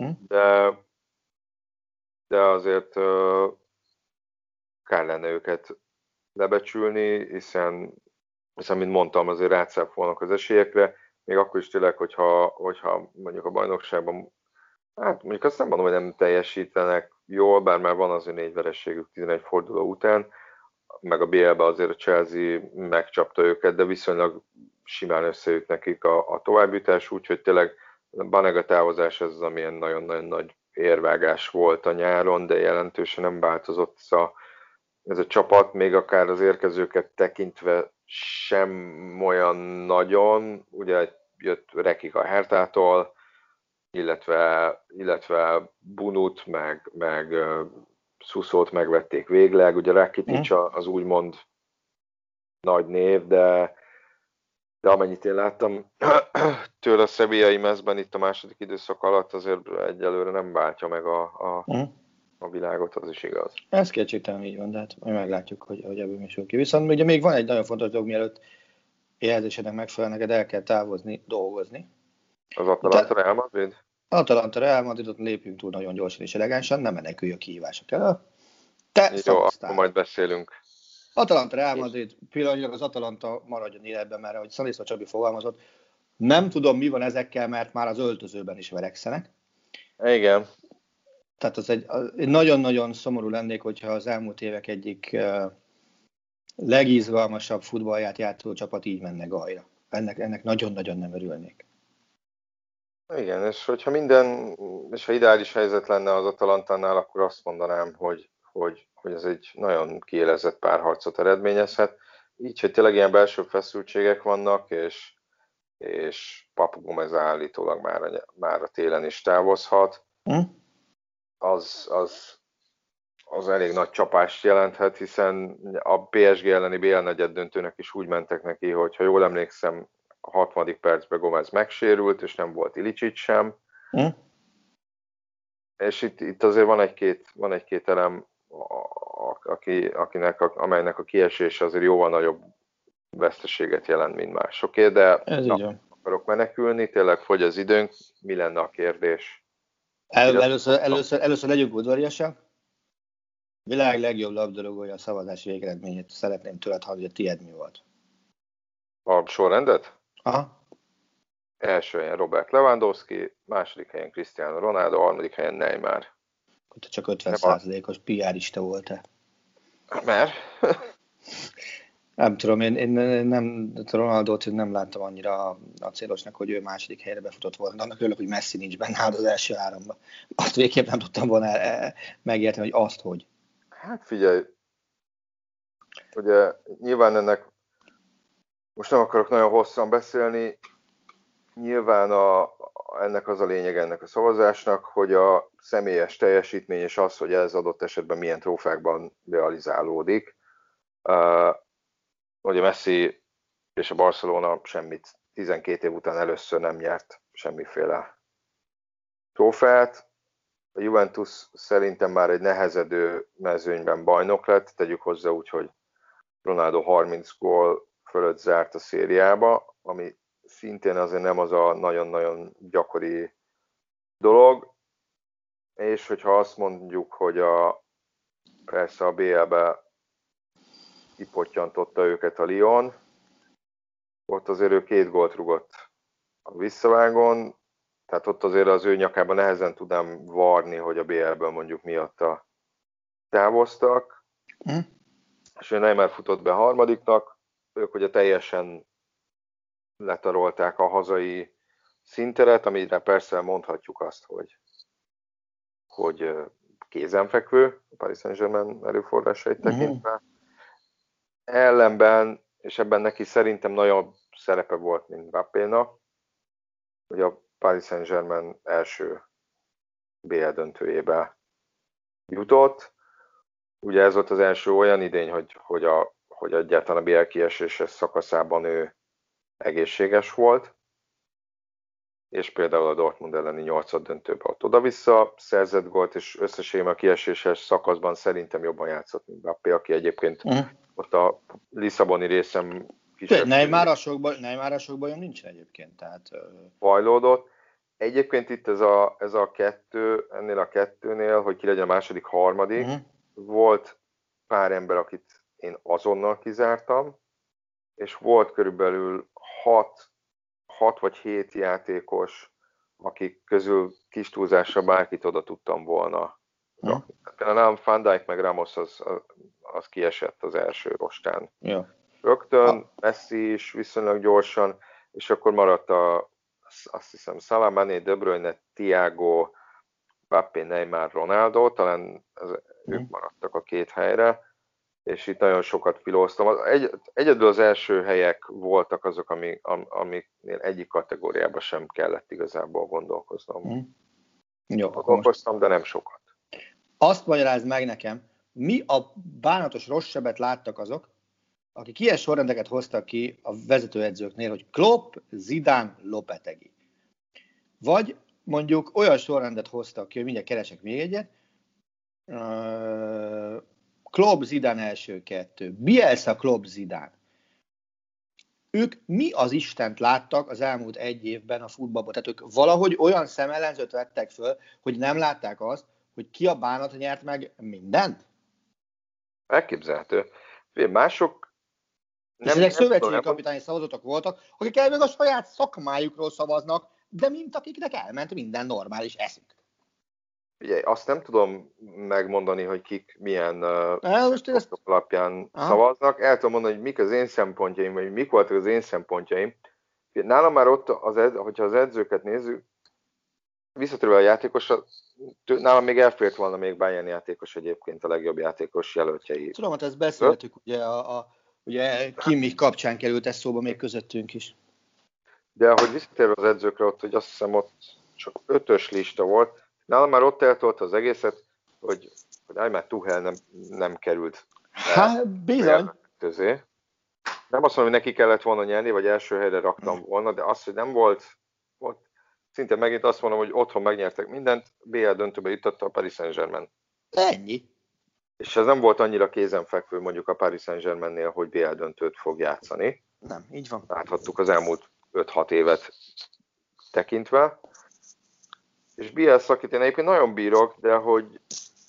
de azért kell lenne őket lebecsülni, hiszen mint mondtam, azért rátszáfolnak az esélyekre, még akkor is tényleg, hogyha mondjuk a bajnokságban, hát mondjuk azt nem mondom, hogy nem teljesítenek jól, bár már van azért 4 vereségük 11 forduló után, meg a BL-be azért a Chelsea megcsapta őket, de viszonylag simán összejött nekik a továbbjutás, úgyhogy tényleg Banega távozás ez az, amilyen nagyon-nagyon nagy érvágás volt a nyáron, de jelentősen nem változott ez a csapat, még akár az érkezőket tekintve sem olyan nagyon, ugye jött Rekik a Hertától, illetve Bunut, meg Szuszót megvették végleg, ugye Rakitic az úgymond nagy név, de amennyit én láttam tőle a szevillai mezben itt a második időszak alatt, azért egyelőre nem váltja meg a világot, az is igaz. Ez kétségtelen így van, de hát majd meglátjuk, hogy ebből mi sül ki. Viszont ugye még van egy nagyon fontos dolog, mielőtt jelzésednek megfelelően neked el kell távozni, dolgozni. Az Atalanta Real Madrid? Atalanta Real Madridot lépjünk túl nagyon gyorsan és elegánsan, nem menekülj a kihívások elől. Jó, akkor majd beszélünk. Atalanta Real Madrid, pillanatnyilag az Atalanta maradjon életben, mert ahogy Szaniszva Csabi fogalmazott, nem tudom, mi van ezekkel, mert már az öltözőben is verekszenek. Igen. Tehát az egy nagyon-nagyon szomorú lennék, hogyha az elmúlt évek egyik legizgalmasabb futballját játszó csapat így menne gajra. Ennek nagyon-nagyon nem örülnék. Igen, és ha ideális helyzet lenne az Atalantánál, akkor azt mondanám, hogy ez egy nagyon kiélezett párharcot eredményezhet. Így, hogy tényleg ilyen belső feszültségek vannak, és Papu Gomez állítólag már a télen is távozhat, az elég nagy csapást jelenthet, hiszen a PSG elleni BL negyeddöntőnek is úgy mentek neki, hogy ha jól emlékszem, a 60. percben Gomez megsérült, és nem volt Ilicic sem. És itt azért van egy-két elem, amelynek a kiesése azért jóval nagyobb veszteséget jelent, mint másoké, de akarok menekülni, tényleg fogy az időnk, mi lenne a kérdés? Először legyünk udvariasak. Világ legjobb labdarúgója a szavazás végeredményét szeretném tőled hallani, hogy a tiéd mi volt. A sorrendet? Aha. Első helyen Robert Lewandowski, második helyen Cristiano Ronaldo, harmadik helyen Neymar. Te csak 50%-os PR-ista voltál. Mert? Nem tudom, én nem, Ronaldót nem láttam annyira acélosnak, hogy ő második helyre befutott volna. Annak örülök, hogy Messi nincs benne az első háromban. Azt végképp nem tudtam volna megérteni, hogy azt hogy. Hát figyelj, ugye nyilván most nem akarok nagyon hosszan beszélni, nyilván ennek az a lényeg ennek a szavazásnak, hogy a személyes teljesítmény és az, hogy ez adott esetben milyen trófákban realizálódik. Ugye Messi és a Barcelona semmit 12 év után először nem nyert semmiféle trófeát. A Juventus szerintem már egy nehezedő mezőnyben bajnok lett, tegyük hozzá úgy, hogy Ronaldo 30 gól fölött zárt a szériába, ami szintén azért nem az a nagyon-nagyon gyakori dolog, és hogyha azt mondjuk, hogy persze a BL-be kipottyantotta őket a Lyon, ott azért ő 2 gólt rugott a visszavágón, tehát ott azért az ő nyakában nehezen tudnám varni, hogy a BL-ből mondjuk miatta távoztak, és ő Neymar futott be harmadiknak, ők ugye teljesen letarolták a hazai szinteret, amire persze mondhatjuk azt, hogy kézenfekvő a Paris Saint-Germain erőforrásait tekintve. Ellenben, és ebben neki szerintem nagyobb szerepe volt, mint Mbappénak, hogy a Paris Saint-Germain első BL döntőjébe jutott. ugye ez volt az első olyan idény, hogy egyáltalán a BL kieséses szakaszában ő egészséges volt, és például a Dortmund elleni 8. döntőben ott oda-vissza szerzett gólt, és összességében a kieséses szakaszban szerintem jobban játszott, mint Mbappé, aki egyébként ott a Lisszaboni részem kisebb. Neymar-a sok bajom nincsen egyébként. Tehát, fajlódott. Egyébként itt ez a kettő, ennél a kettőnél, hogy ki legyen a második, harmadik, volt pár ember, akit én azonnal kizártam, és volt körülbelül 6 vagy 7 játékos, akik közül kis túlzásra bárkit oda tudtam volna. Például nálam Van Dijk meg Ramos az kiesett az első rostán. Ja. Rögtön, Messi is viszonylag gyorsan, és akkor maradt azt hiszem Salah, Mané, De Bruyne, Thiago, Mbappé, Neymar, Ronaldo, talán ők maradtak a 2 helyre, és itt nagyon sokat filóztam. Egyedül az első helyek voltak azok, amiknél egyik kategóriában sem kellett igazából gondolkoznom. Jó, gondolkoztam, de nem sokat. Azt magyarázd meg nekem, mi a bánatos rossz sebet láttak azok, akik ilyen sorrendeket hoztak ki a vezetőedzőknél, hogy Klopp, Zidane, Lopetegui. Vagy mondjuk olyan sorrendet hoztak ki, hogy mindjárt keresek még egyet, Klopp, Zidane első 2, Bielsa, Klopp, Zidane. Ők mi az Istent láttak az elmúlt 1 évben a futballban? Tehát ők valahogy olyan szemellenzőt vettek föl, hogy nem látták azt, hogy ki a bánat nyert meg mindent? Elképzelhető. Mások és ezek szövetségi kapitányi szavazatok voltak, akik elvég a saját szakmájukról szavaznak, de mint akiknek elment minden normális eszük. Ugye, azt nem tudom megmondani, hogy kik milyen alapján szavaznak. El tudom mondani, hogy mik az én szempontjaim, vagy mik voltak az én szempontjaim. Nálam már ott, hogyha az edzőket nézzük, visszatérve a játékosra, nálam még elfért volna még Bayern játékos egyébként a legjobb játékos jelöltjei. Tudom, hát ezt beszéltük, ugye Kimmich kapcsán került ez szóba még közöttünk is. De ahogy visszatérve az edzőkre, ott, hogy azt hiszem ott csak 5-ös lista volt, nálam már ott eltolta az egészet, hogy már Tuchel nem került. Hát bizony. Közé. Nem azt mondom, hogy neki kellett volna nyerni, vagy első helyre raktam volna, de az, hogy nem volt szinte megint azt mondom, hogy otthon megnyertek mindent, BL döntőbe jutotta a Paris Saint-Germain. Ennyi. És ez nem volt annyira kézenfekvő mondjuk a Paris Saint-Germainnél, hogy BL döntőt fog játszani. Nem, így van. Láthattuk az elmúlt 5-6 évet tekintve. És Bielsa, akit én egyébként nagyon bírok, de hogy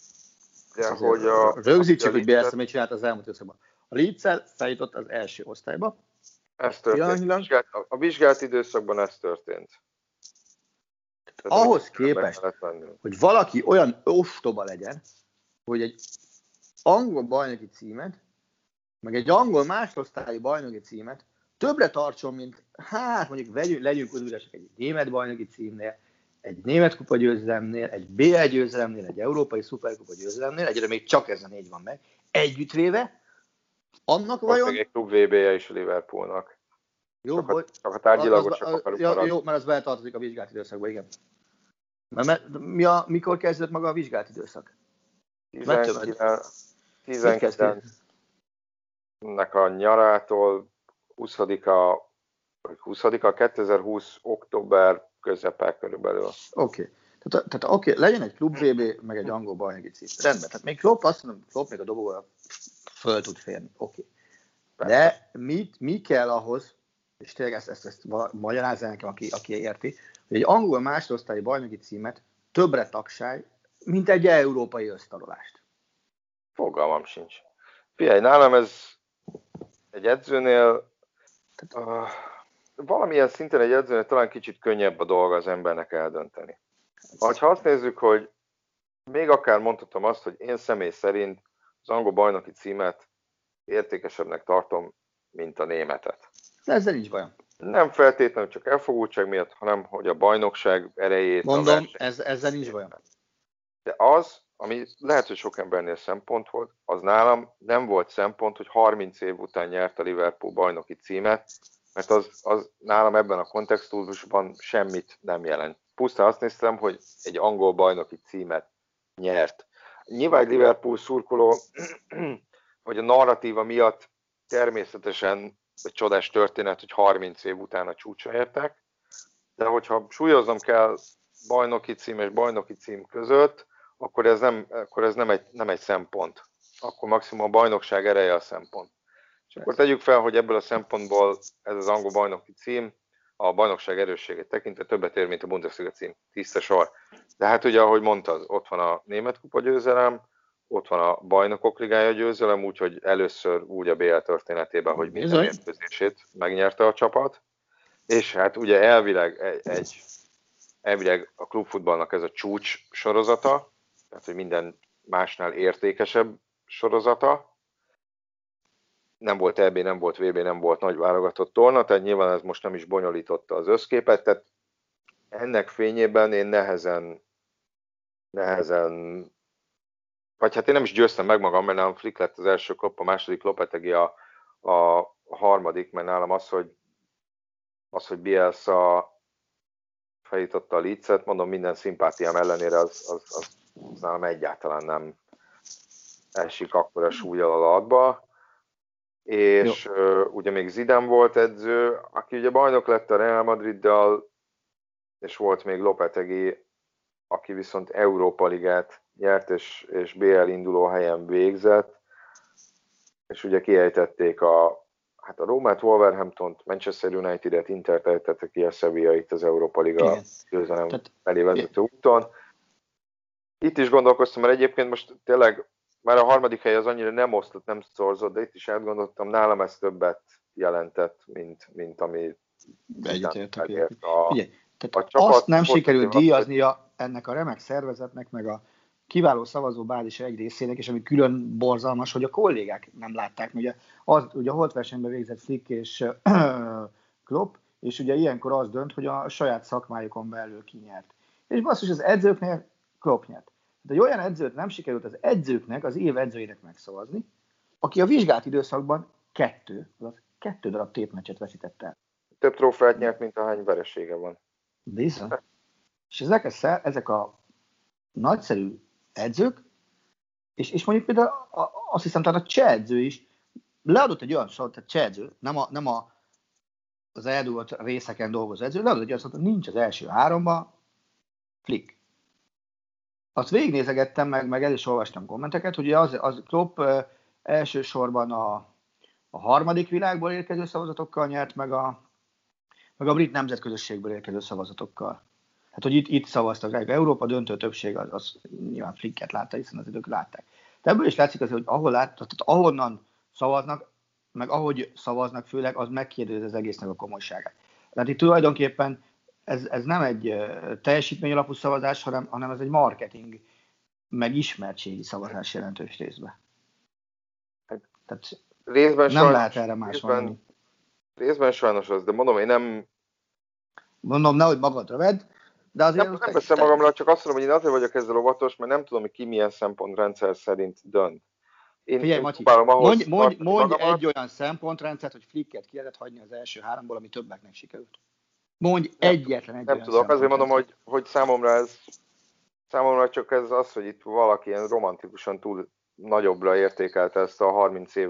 rögzítsük, hogy Bielsa mit csinált az elmúlt időszakban. A Leeds-el feljutott az első osztályba. Ez történt. A vizsgált időszakban ez történt. Tehát ahhoz képest, hogy valaki olyan ostoba legyen, hogy egy angol bajnoki címet, meg egy angol másodosztályi bajnoki címet többre tartson, mint mondjuk legyünk udvariasak egy német bajnoki címnél, egy német kupa győzelemnél, egy BL győzelemnél, egy európai szuperkupa győzelemnél, egyre még csak ez a 4 van meg, együttvéve, annak vajon... Még egy klub VB-je is a Liverpoolnak. Jó, csak a tárgyilagosak akarunk maradni. Jó, mert az beletartozik a vizsgált időszakba, igen. Mikor kezdődött maga a vizsgált időszak? 19-nek a nyarától 20-a 2020 október közepe körülbelül. Oké. Tehát legyen egy klub VB, meg egy angol bajnoki cím. Rendben. Tehát még Klopp, azt mondom, Klopp még a dobogóra föl tud férni. Oké. De mi kell ahhoz, és tényleg ezt magyarázza nekem, aki érti, hogy egy angol másodosztályi bajnoki címet többre tagság, mint egy európai össztarolást. Fogalmam sincs. Figyelj, nálam ez egy edzőnél, valamilyen szinten egy edzőnél talán kicsit könnyebb a dolga az embernek eldönteni. Ha azt nézzük, hogy még akár mondhatom azt, hogy én személy szerint az angol bajnoki címet értékesebbnek tartom, mint a németet. De ezzel nincs bajom. Nem feltétlenül csak elfogultság miatt, hanem hogy a bajnokság erejét... Mondom, ezzel nincs bajom. De az, ami lehet, hogy sok embernél szempont volt, az nálam nem volt szempont, hogy 30 év után nyert a Liverpool bajnoki címet, mert az nálam ebben a kontextusban semmit nem jelent. Pusztán azt néztem, hogy egy angol bajnoki címet nyert. nyilván egy Liverpool szurkoló, hogy a narratíva miatt természetesen egy csodás történet, hogy 30 év után a csúcsra értek, de hogyha súlyoznom kell bajnoki cím és bajnoki cím között, akkor ez nem egy szempont. Akkor maximum a bajnokság ereje a szempont. És akkor tegyük fel, hogy ebből a szempontból ez az angol bajnoki cím a bajnokság erősségét tekintve többet ér, mint a Bundesliga cím. Tiszta sor. De hát ugye, ahogy mondtad, ott van a német kupa győzelem, ott van a bajnokok ligája győzelem, úgyhogy először úgy a BL történetében, hogy minden mérkőzését megnyerte a csapat. És hát ugye elvileg a klubfutballnak ez a csúcs sorozata, tehát hogy minden másnál értékesebb sorozata. Nem volt EB, nem volt VB, nem volt nagy válogatott torna, tehát nyilván ez most nem is bonyolította az összképet, tehát ennek fényében én nehezen, vagy hát én nem is győztem meg magam, mert nálam Flick lett az első Klopp, a második Lopetegui a harmadik, mert nálam az, hogy Bielsa feljutotta a Leedset, mondom, minden szimpátiám ellenére az nálam egyáltalán nem esik akkora súlyjal alatba. És ugye még Zidane volt edző, aki ugye bajnok lett a Real Madriddal, és volt még Lopetegui, aki viszont Európa Ligát nyert, és BL induló helyen végzett, és ugye kiejtették a Rómát, Wolverhamptont, Manchester United-et, Intert ejtettek ki, a Sevilla-it az Európa Liga győzelem felé vezető úton. Itt is gondolkoztam, mert egyébként most tényleg már a harmadik hely az annyira nem osztott, nem szorzott, de itt is átgondoltam, nálam ez többet jelentett, mint ami egyetértek. Tehát azt nem sikerült díjaznia ennek a remek szervezetnek, meg a kiváló szavazóbázis egy részének, és ami külön borzalmas, hogy a kollégák nem látták. Ugye a holtversenyben végzett Flick és Klopp, és ugye ilyenkor az dönt, hogy a saját szakmájukon belül kinyert. És basszus, az edzőknél Klopp nyert. De egy olyan edzőt nem sikerült az edzőknek, az év edzőjének megszavazni, aki a vizsgált időszakban 2 darab tétmeccset veszített el. Több trófeát nyert, mint ahány veresége van. Bizony. És ezek a nagyszerű edzők, és mondjuk például azt hiszem, tehát a cseh edző is leadott egy olyan szót, tehát cseh edző, nem az eldugott részeken dolgozó edző, leadott egy olyan szót, hogy nincs az első 3-ban Flick. Azt végignézegettem, meg el is olvastam kommenteket, hogy az Klopp elsősorban a harmadik világból érkező szavazatokkal nyert, meg a brit nemzetközösségből érkező szavazatokkal. Hát, hogy itt szavaztak rá, Európa döntő többség az nyilván Flicket látta, hiszen az idők látták. De ebből is látszik azért, hogy ahonnan szavaznak, meg ahogy szavaznak főleg, az megkérdezi az egésznek a komolyságát. Tehát itt tulajdonképpen ez nem egy teljesítmény alapú szavazás, hanem ez egy marketing, meg ismertségi szavazás jelentős részben. Tehát részben nem lehet erre más mondani. Részben sajnos az, de mondom, én nem... Mondom, nehogy magadra vedd, de azért... Nem veszem magamra, csak azt mondom, hogy én azért vagyok ezzel óvatos, mert nem tudom, hogy ki milyen szempontrendszer szerint dönt. Figyelj, Matyi, mondj egy olyan szempontrendszert, hogy Flicket ki lehetett hagyni az első 3-ból, ami többeknek sikerült. Mondj egyetlen egy nem tudok, azért mondom, hogy számomra csak ez az, hogy itt valaki ilyen romantikusan túl nagyobbra értékelte ezt a 30 év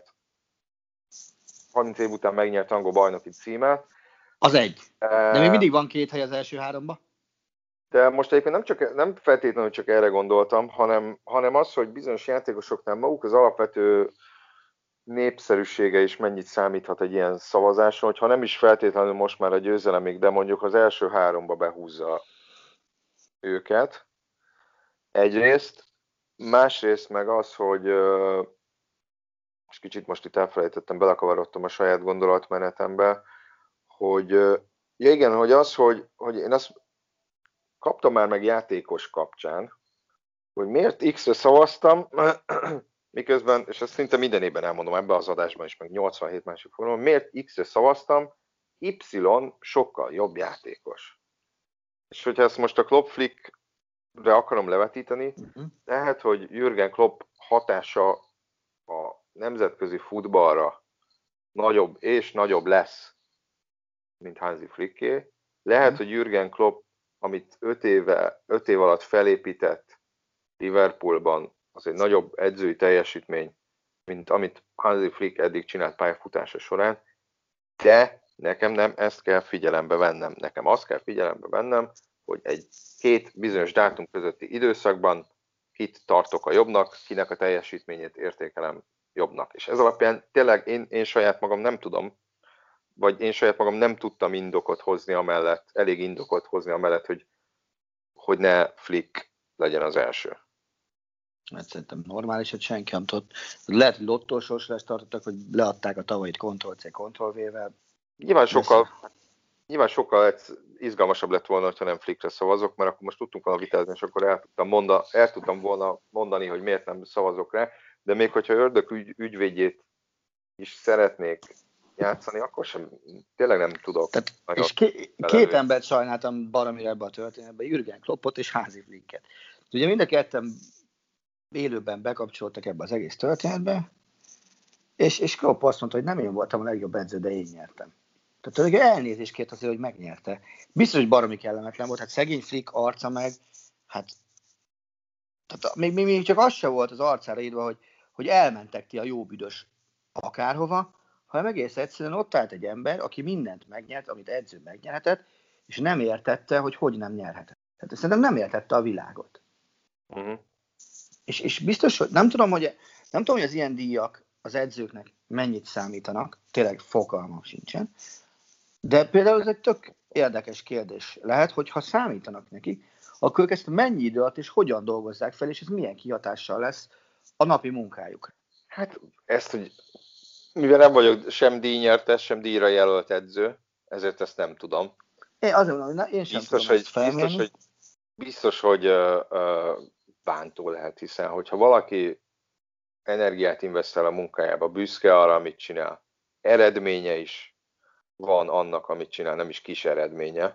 után megnyert angol bajnoki címet. Az egy. De még mindig van 2 hely az első 3-ba. De most egyébként nem feltétlenül csak erre gondoltam, hanem az, hogy bizonyos játékosoknál maguk az alapvető népszerűsége is mennyit számíthat egy ilyen szavazáson, hogyha nem is feltétlenül most már a győzelemig, de mondjuk az első 3-ba behúzza őket. Egyrészt, másrészt meg az, hogy és kicsit most itt elfelejtettem, belekavarodtam a saját gondolatmenetembe, hogy igen, hogy az, hogy én azt kaptam már meg játékos kapcsán, hogy miért X-re szavaztam, miközben, és ezt szinte minden évben elmondom ebben az adásban is, meg 87 másik formában, miért X-re szavaztam, Y sokkal jobb játékos. És hogyha ezt most a Klopp Flickre akarom levetíteni, lehet, hogy Jürgen Klopp hatása a nemzetközi futballra nagyobb és nagyobb lesz, mint Hansi Flické. Lehet, hogy Jürgen Klopp, amit 5 év alatt felépített Liverpoolban az egy nagyobb edzői teljesítmény, mint amit Hansi Flick eddig csinált pályafutása során, de nekem nem ezt kell figyelembe vennem. Nekem azt kell figyelembe vennem, hogy egy két bizonyos dátum közötti időszakban kit tartok a jobbnak, kinek a teljesítményét értékelem jobbnak. És ez alapján tényleg én saját magam nem tudom, vagy én saját magam nem tudtam indokot hozni amellett, elég indokot hozni amellett, hogy ne Flick legyen az első. Mert szerintem normális, hogy senki nem tudott. Lehet, hogy lottósorsolást tartottak, hogy leadták a tavalyit Ctrl-C, Ctrl-V-vel. Nyilván sokkal izgalmasabb lett volna, ha nem Flickre szavazok, mert akkor most tudtunk volna vitázni, és akkor el tudtam volna mondani, hogy miért nem szavazok rá, de még hogyha ördög ügyvédjét is szeretnék játszani, akkor sem, tényleg nem tudok. Tehát, és két embert sajnáltam baromira ebbe a történetbe, Jürgen Kloppot és Hansi Flicket. Ugye mind a ketten élőben bekapcsoltak ebbe az egész történetbe, és Klopp azt mondta, hogy nem én voltam a legjobb edző, de én nyertem. Tehát elnézést kért azért, hogy megnyerte. Biztos, hogy baromi kellemetlen volt, hát szegény Flick arca meg, hát tehát még csak az se volt az arcára írva, hogy elmentek ti a jó büdös akárhova, hanem egész egyszerűen ott állt egy ember, aki mindent megnyert, amit edző megnyerhetett, és nem értette, hogy nem nyerhetett. Tehát szerintem nem értette a világot. Uh-huh. És biztos, hogy nem tudom, hogy az ilyen díjak az edzőknek mennyit számítanak, tényleg fogalmam sincsen, de például ez egy tök érdekes kérdés lehet, hogy ha számítanak nekik, akkor ők ezt mennyi idő alatt és hogyan dolgozzák fel, és ez milyen kihatással lesz a napi munkájukra. Hát ezt, hogy mivel nem vagyok sem díjnyertes, sem díjra jelölt edző, ezért ezt nem tudom. Én azért mondom, hogy én sem biztos, tudom ezt felmérni. Biztos, hogy bántó lehet, hiszen hogyha valaki energiát investál a munkájába, büszke arra, amit csinál, eredménye is van annak, amit csinál, nem is kis eredménye,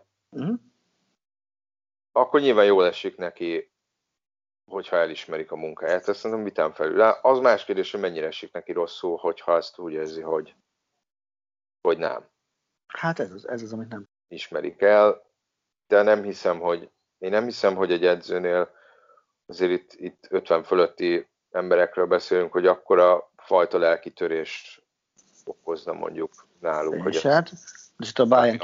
akkor nyilván jól esik neki, hogyha elismerik a munkáját. Ezt szerintem vitán felül. Az más kérdés, hogy mennyire esik neki rosszul, hogyha ezt úgy érzi, hogy nem. Hát ez az, amit nem ismerik el, de én nem hiszem, hogy egy edzőnél azért itt 50 fölötti emberekről beszélünk, hogy akkora fajta lelkitörést okozna mondjuk náluk. És hát, és a Bayern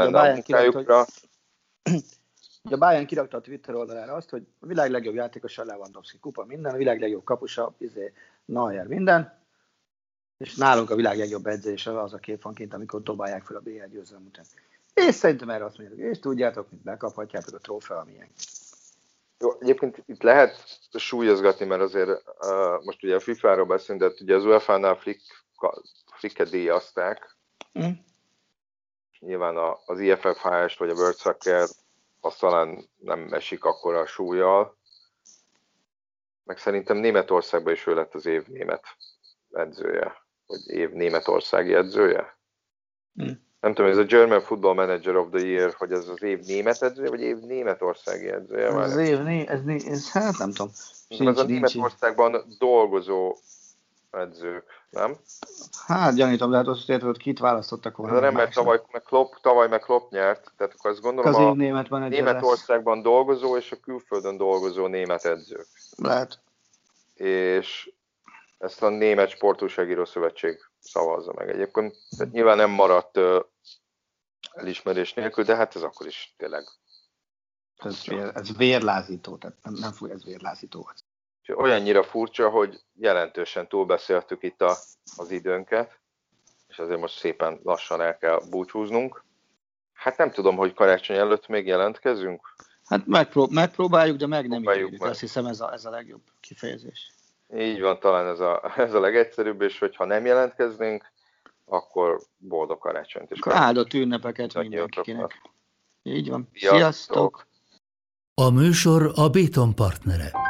kirakta a Twitter oldalára azt, hogy a világ legjobb játékosa Lewandowski, kupa minden, a világ legjobb kapusa, Neuer minden, és nálunk a világ legjobb edzése az a kép van kint, amikor dobálják fel a BL győzelem után. És szerintem erre azt mondják, és tudjátok, mit bekaphatjátok a trófea, amilyen. Jó, egyébként itt lehet súlyozgatni, mert azért most ugye a FIFA-ról beszélünk, de ugye az UEFA-nál Flicket díjazták. Nyilván az IFFHS vagy a World Soccer az talán nem esik akkora a súlyjal. Meg szerintem Németországban is ő lett az év német edzője, vagy év németországi edzője. Nem tudom, ez a German Football Manager of the Year, hogy ez az év német edzője, vagy év németországi edzője? Hát nem tudom. Ez a Németországban dolgozó edzők, nem? Hát gyanítom, de hát azt érted, hogy kit választottak volna. Ez nem, mert tavaly meg Klopp nyert, tehát akkor azt gondolom az a Németországban dolgozó és a külföldön dolgozó német edzők. Lehet. És ezt a Német Sportújságíró Szövetség szavazza meg egyébként. Tehát nyilván nem maradt elismerés nélkül, de hát ez akkor is tényleg. Ez vérlázító, tehát nem fog ez vérlázító. Olyannyira furcsa, hogy jelentősen túlbeszéltük itt az időnket, és azért most szépen lassan el kell búcsúznunk. Hát nem tudom, hogy karácsony előtt még jelentkezünk. Hát megpróbáljuk, de meg nem ígérjük. Azt hiszem ez a legjobb kifejezés. Így van, talán ez a legegyszerűbb, és hogyha nem jelentkeznénk, akkor boldog karácsonyt is. Áldott ünnepeket mindenkinek. Így van. Sziasztok! A műsor a Béton partnere.